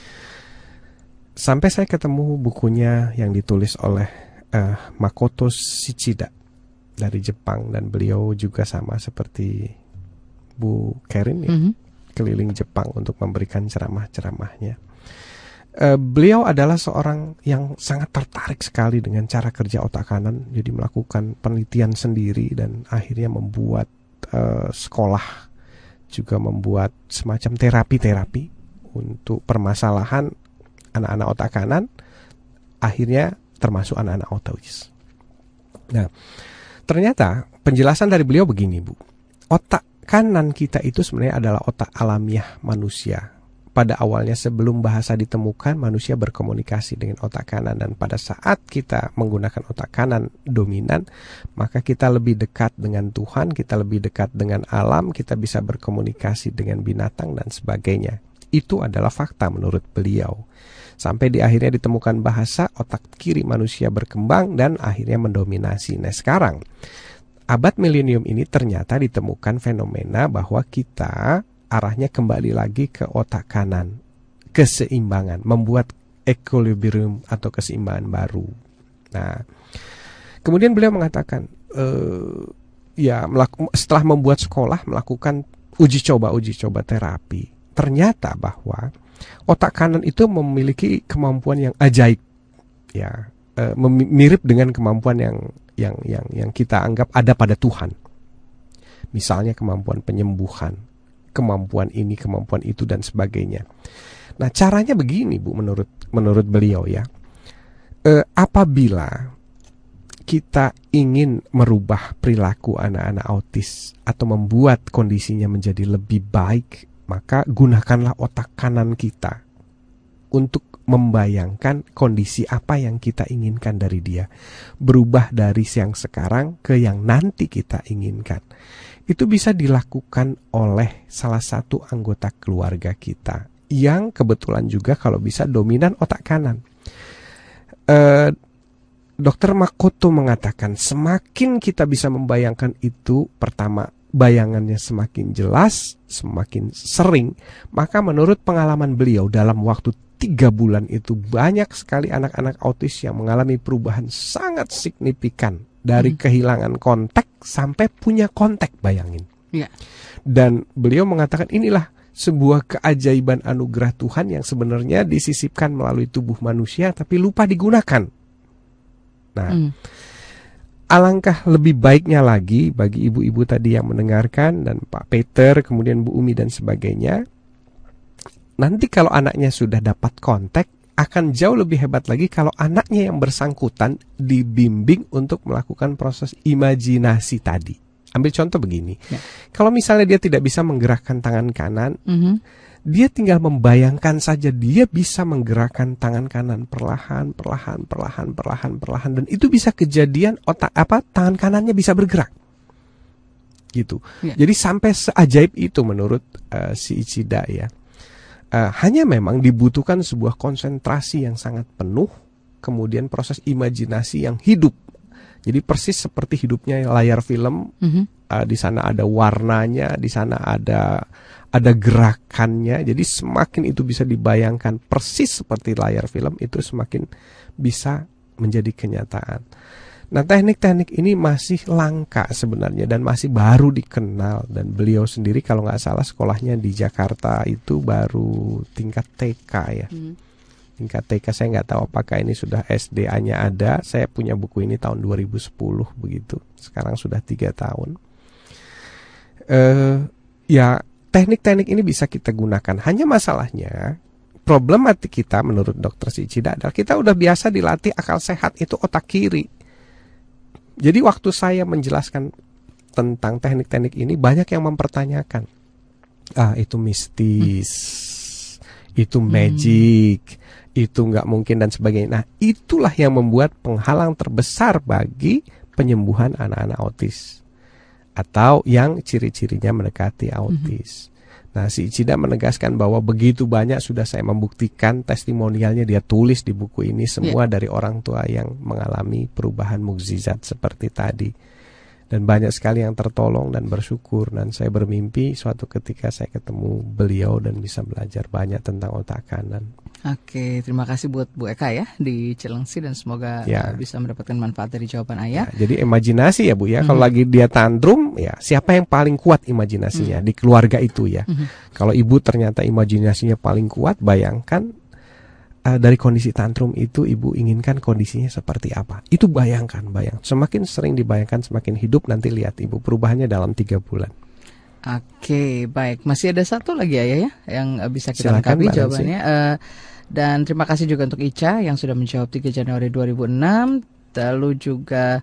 Sampai saya ketemu bukunya yang ditulis oleh uh, Makoto Shichida dari Jepang. Dan beliau juga sama seperti Bu Karen ya, mm-hmm. keliling Jepang untuk memberikan ceramah-ceramahnya. Uh, beliau adalah seorang yang sangat tertarik sekali dengan cara kerja otak kanan. Jadi melakukan penelitian sendiri dan akhirnya membuat uh, sekolah, juga membuat semacam terapi-terapi untuk permasalahan anak-anak otak kanan, akhirnya termasuk anak-anak autis. Nah, ternyata penjelasan dari beliau begini, Bu. Otak kanan kita itu sebenarnya adalah otak alamiah manusia. Pada awalnya sebelum bahasa ditemukan, manusia berkomunikasi dengan otak kanan, dan pada saat kita menggunakan otak kanan dominan, maka kita lebih dekat dengan Tuhan, kita lebih dekat dengan alam, kita bisa berkomunikasi dengan binatang dan sebagainya. Itu adalah fakta menurut beliau. Sampai di akhirnya ditemukan bahasa, otak kiri manusia berkembang dan akhirnya mendominasi. Nah, sekarang abad milenium ini ternyata ditemukan fenomena bahwa kita arahnya kembali lagi ke otak kanan, keseimbangan, membuat equilibrium atau keseimbangan baru. Nah, kemudian beliau mengatakan, e, ya melaku, setelah membuat sekolah melakukan uji coba uji coba terapi, ternyata bahwa otak kanan itu memiliki kemampuan yang ajaib, ya, e, mirip dengan kemampuan yang yang yang yang kita anggap ada pada Tuhan. Misalnya kemampuan penyembuhan, kemampuan ini, kemampuan itu dan sebagainya. Nah, caranya begini, Bu, menurut menurut beliau ya. E, apabila kita ingin merubah perilaku anak-anak autis atau membuat kondisinya menjadi lebih baik, maka gunakanlah otak kanan kita untuk membayangkan kondisi apa yang kita inginkan dari dia. Berubah dari yang sekarang ke yang nanti kita inginkan. Itu bisa dilakukan oleh salah satu anggota keluarga kita yang kebetulan juga kalau bisa dominan otak kanan. Eh, Dokter Makoto mengatakan semakin kita bisa membayangkan itu, pertama bayangannya semakin jelas, semakin sering, maka menurut pengalaman beliau dalam waktu tiga bulan itu banyak sekali anak-anak autis yang mengalami perubahan sangat signifikan. Dari hmm. kehilangan kontak sampai punya kontak, bayangin. Ya. Dan beliau mengatakan inilah sebuah keajaiban anugerah Tuhan yang sebenarnya disisipkan melalui tubuh manusia tapi lupa digunakan. Nah, hmm. alangkah lebih baiknya lagi bagi ibu-ibu tadi yang mendengarkan dan Pak Peter, kemudian Bu Umi dan sebagainya, nanti kalau anaknya sudah dapat kontak, akan jauh lebih hebat lagi kalau anaknya yang bersangkutan dibimbing untuk melakukan proses imajinasi tadi. Ambil contoh begini, ya. Kalau misalnya dia tidak bisa menggerakkan tangan kanan, mm-hmm. dia tinggal membayangkan saja dia bisa menggerakkan tangan kanan perlahan, perlahan, perlahan, perlahan, perlahan, dan itu bisa kejadian otak apa tangan kanannya bisa bergerak, gitu. Ya. Jadi sampai seajaib itu menurut uh, si Ichida ya. Uh, hanya memang dibutuhkan sebuah konsentrasi yang sangat penuh, kemudian proses imajinasi yang hidup. Jadi persis seperti hidupnya layar film. Mm-hmm. Uh, di sana ada warnanya, di sana ada ada gerakannya. Jadi semakin itu bisa dibayangkan persis seperti layar film, itu semakin bisa menjadi kenyataan. Nah, teknik-teknik ini masih langka sebenarnya dan masih baru dikenal, dan beliau sendiri kalau nggak salah sekolahnya di Jakarta itu baru tingkat T K ya. Hmm. Tingkat T K saya nggak tahu apakah ini sudah S D A-nya ada. Saya punya buku ini tahun dua ribu sepuluh begitu. Sekarang sudah tiga tahun. Uh, ya teknik-teknik ini bisa kita gunakan. Hanya masalahnya problematik kita menurut Dokter Ichida adalah kita udah biasa dilatih akal sehat itu otak kiri. Jadi waktu saya menjelaskan tentang teknik-teknik ini, banyak yang mempertanyakan, ah itu mistis, hmm. itu magic, hmm. itu nggak mungkin dan sebagainya. Nah, itulah yang membuat penghalang terbesar bagi penyembuhan anak-anak autis atau yang ciri-cirinya mendekati autis. Hmm. Nah, si Ichida menegaskan bahwa begitu banyak sudah saya membuktikan testimonialnya, dia tulis di buku ini semua yeah. dari orang tua yang mengalami perubahan mukjizat seperti tadi. Dan banyak sekali yang tertolong dan bersyukur. Dan saya bermimpi suatu ketika saya ketemu beliau dan bisa belajar banyak tentang otak kanan. Oke, terima kasih buat Bu Eka ya di Cilengsi, dan semoga ya. bisa mendapatkan manfaat dari jawaban ayah. Ya, jadi imajinasi ya Bu ya, mm-hmm. kalau lagi dia tantrum ya siapa yang paling kuat imajinasinya mm-hmm. di keluarga itu ya. Mm-hmm. Kalau ibu ternyata imajinasinya paling kuat, bayangkan uh, dari kondisi tantrum itu ibu inginkan kondisinya seperti apa. Itu bayangkan, bayang. Semakin sering dibayangkan semakin hidup, nanti lihat ibu perubahannya dalam tiga bulan. Oke, baik. Masih ada satu lagi Ayah ya yang bisa kita Silakan, lengkapi Mbak jawabannya. Uh, dan terima kasih juga untuk Ica yang sudah menjawab tiga Januari dua ribu enam. Lalu juga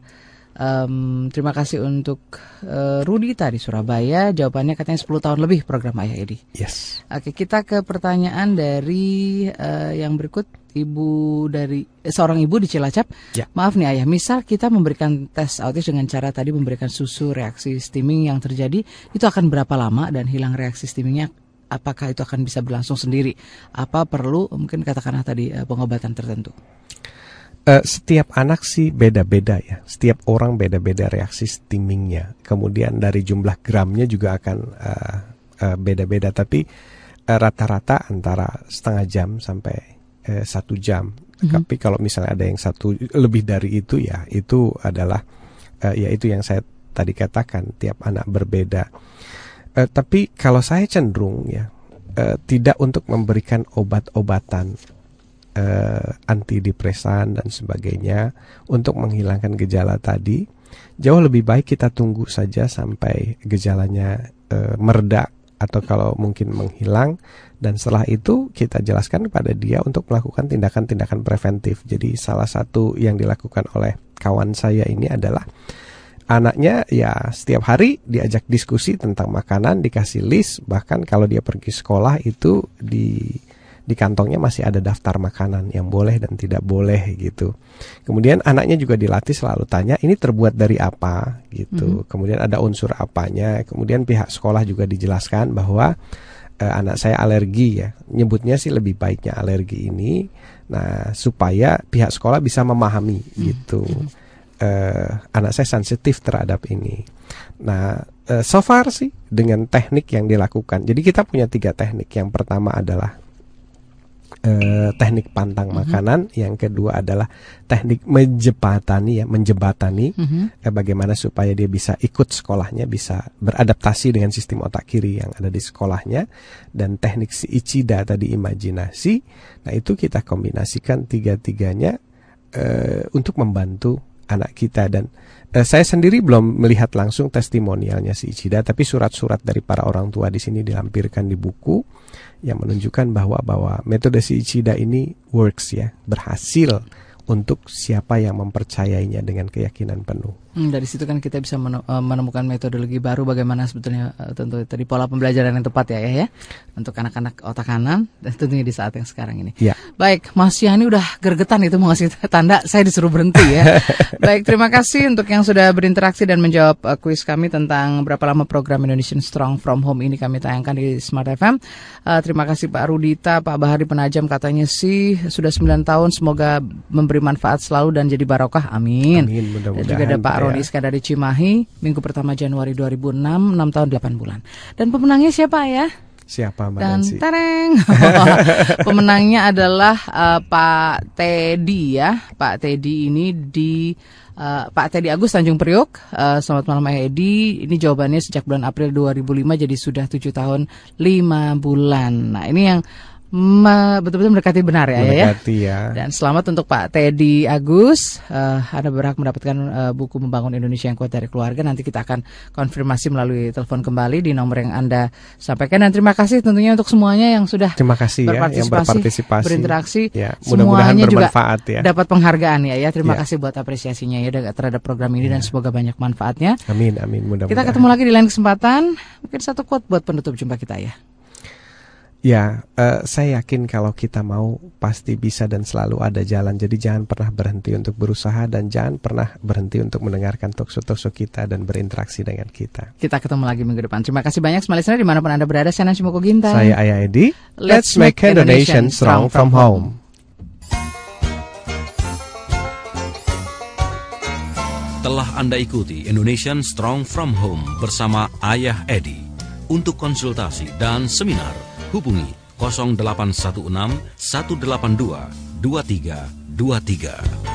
um, terima kasih untuk uh, Rudita di Surabaya. Jawabannya katanya sepuluh tahun lebih program Ayah Edi. Yes. Oke, kita ke pertanyaan dari uh, yang berikut. Ibu dari eh, seorang ibu di Cilacap. Ya. Maaf nih Ayah, misal kita memberikan tes autis dengan cara tadi memberikan susu, reaksi stimming yang terjadi itu akan berapa lama dan hilang reaksi stimmingnya? Apakah itu akan bisa berlangsung sendiri? Apa perlu mungkin katakanlah tadi eh, pengobatan tertentu? Uh, setiap anak sih beda-beda ya. Setiap orang beda-beda reaksi stimmingnya. Kemudian dari jumlah gramnya juga akan uh, uh, beda-beda. Tapi uh, rata-rata antara setengah jam sampai Eh, satu jam. Mm-hmm. Tapi kalau misalnya ada yang satu lebih dari itu ya, itu adalah eh, ya itu yang saya tadi katakan, tiap anak berbeda. Eh, tapi kalau saya cenderung ya eh, tidak untuk memberikan obat-obatan eh, antidepresan dan sebagainya untuk menghilangkan gejala tadi. Jauh lebih baik kita tunggu saja sampai gejalanya eh, mereda atau kalau mungkin menghilang, dan setelah itu kita jelaskan kepada dia untuk melakukan tindakan-tindakan preventif. Jadi salah satu yang dilakukan oleh kawan saya ini adalah anaknya ya setiap hari diajak diskusi tentang makanan, dikasih list, bahkan kalau dia pergi sekolah itu di di kantongnya masih ada daftar makanan yang boleh dan tidak boleh gitu. Kemudian anaknya juga dilatih selalu tanya ini terbuat dari apa gitu. Mm-hmm. Kemudian ada unsur apanya. Kemudian pihak sekolah juga dijelaskan bahwa eh, anak saya alergi ya. Nyebutnya sih lebih baiknya alergi ini. Nah supaya pihak sekolah bisa memahami gitu. Mm-hmm. eh, anak saya sensitif terhadap ini. Nah eh, so far sih dengan teknik yang dilakukan. Jadi kita punya tiga teknik. Yang pertama adalah Eh, teknik pantang mm-hmm. makanan, yang kedua adalah teknik menjembatani ya, menjembatani mm-hmm. eh, bagaimana supaya dia bisa ikut sekolahnya, bisa beradaptasi dengan sistem otak kiri yang ada di sekolahnya, dan teknik si Ichida tadi imajinasi. Nah itu kita kombinasikan tiga-tiganya eh, untuk membantu anak kita. Dan eh, saya sendiri belum melihat langsung testimonialnya si Ichida, tapi surat-surat dari para orang tua di sini dilampirkan di buku yang menunjukkan bahwa bahwa metode si Ichida ini works ya, berhasil untuk siapa yang mempercayainya dengan keyakinan penuh. Hmm, dari situ kan kita bisa menemukan metodologi baru bagaimana sebetulnya uh, tentu tadi pola pembelajaran yang tepat ya ya, ya untuk anak-anak otak kanan dan tentunya di saat yang sekarang ini. Ya. Baik, Mas Yani udah gergetan itu mau ngasih tanda saya disuruh berhenti ya. Baik, terima kasih untuk yang sudah berinteraksi dan menjawab uh, kuis kami tentang berapa lama program Indonesian Strong from Home ini kami tayangkan di Smart F M. Uh, terima kasih Pak Rudita, Pak Bahari Penajam katanya sih sudah sembilan tahun, semoga memberi manfaat selalu dan jadi barokah. Amin. Amin, mudah-mudahan. Dan juga ada Pak Roni Iskandar dari Cimahi, minggu pertama Januari dua ribu enam, enam tahun delapan bulan. Dan pemenangnya siapa ya? Siapa Mbak Nancy? Dan tereng. Pemenangnya adalah uh, Pak Teddy ya. Pak Teddy ini di uh, Pak Teddy Agus Tanjung Priok. Uh, selamat malam Ayah Edi. Ini jawabannya sejak bulan April dua ribu lima jadi sudah tujuh tahun lima bulan. Nah, ini yang Ma, betul-betul mendekati benar ya, mendekati ya. ya. Dan selamat untuk Pak Teddy Agus. Uh, Anda berhak mendapatkan uh, buku Membangun Indonesia yang Kuat dari Keluarga. Nanti kita akan konfirmasi melalui telepon kembali di nomor yang Anda sampaikan. Dan terima kasih tentunya untuk semuanya yang sudah terima kasih berpartisipasi, ya, yang berpartisipasi, berinteraksi. Ya, mudah-mudahan bermanfaat juga ya. Dapat penghargaan ya, ya. Terima ya. kasih buat apresiasinya ya terhadap program ini ya. Dan semoga banyak manfaatnya. Amin, amin. Mudah-mudahan. Kita ketemu lagi di lain kesempatan. Mungkin satu quote buat penutup jumpa kita ya. Ya, uh, saya yakin kalau kita mau pasti bisa dan selalu ada jalan. Jadi jangan pernah berhenti untuk berusaha dan jangan pernah berhenti untuk mendengarkan talkshow-talkshow kita dan berinteraksi dengan kita. Kita ketemu lagi minggu depan. Terima kasih banyak semua listener dimanapun Anda berada. Saya Nancy Moko Ginta. Saya Ayah Edi. Let's make Indonesia strong from home. Telah Anda ikuti Indonesian Strong from Home bersama Ayah Edi. Untuk konsultasi dan seminar hubungi nol delapan satu enam satu delapan dua dua tiga dua tiga.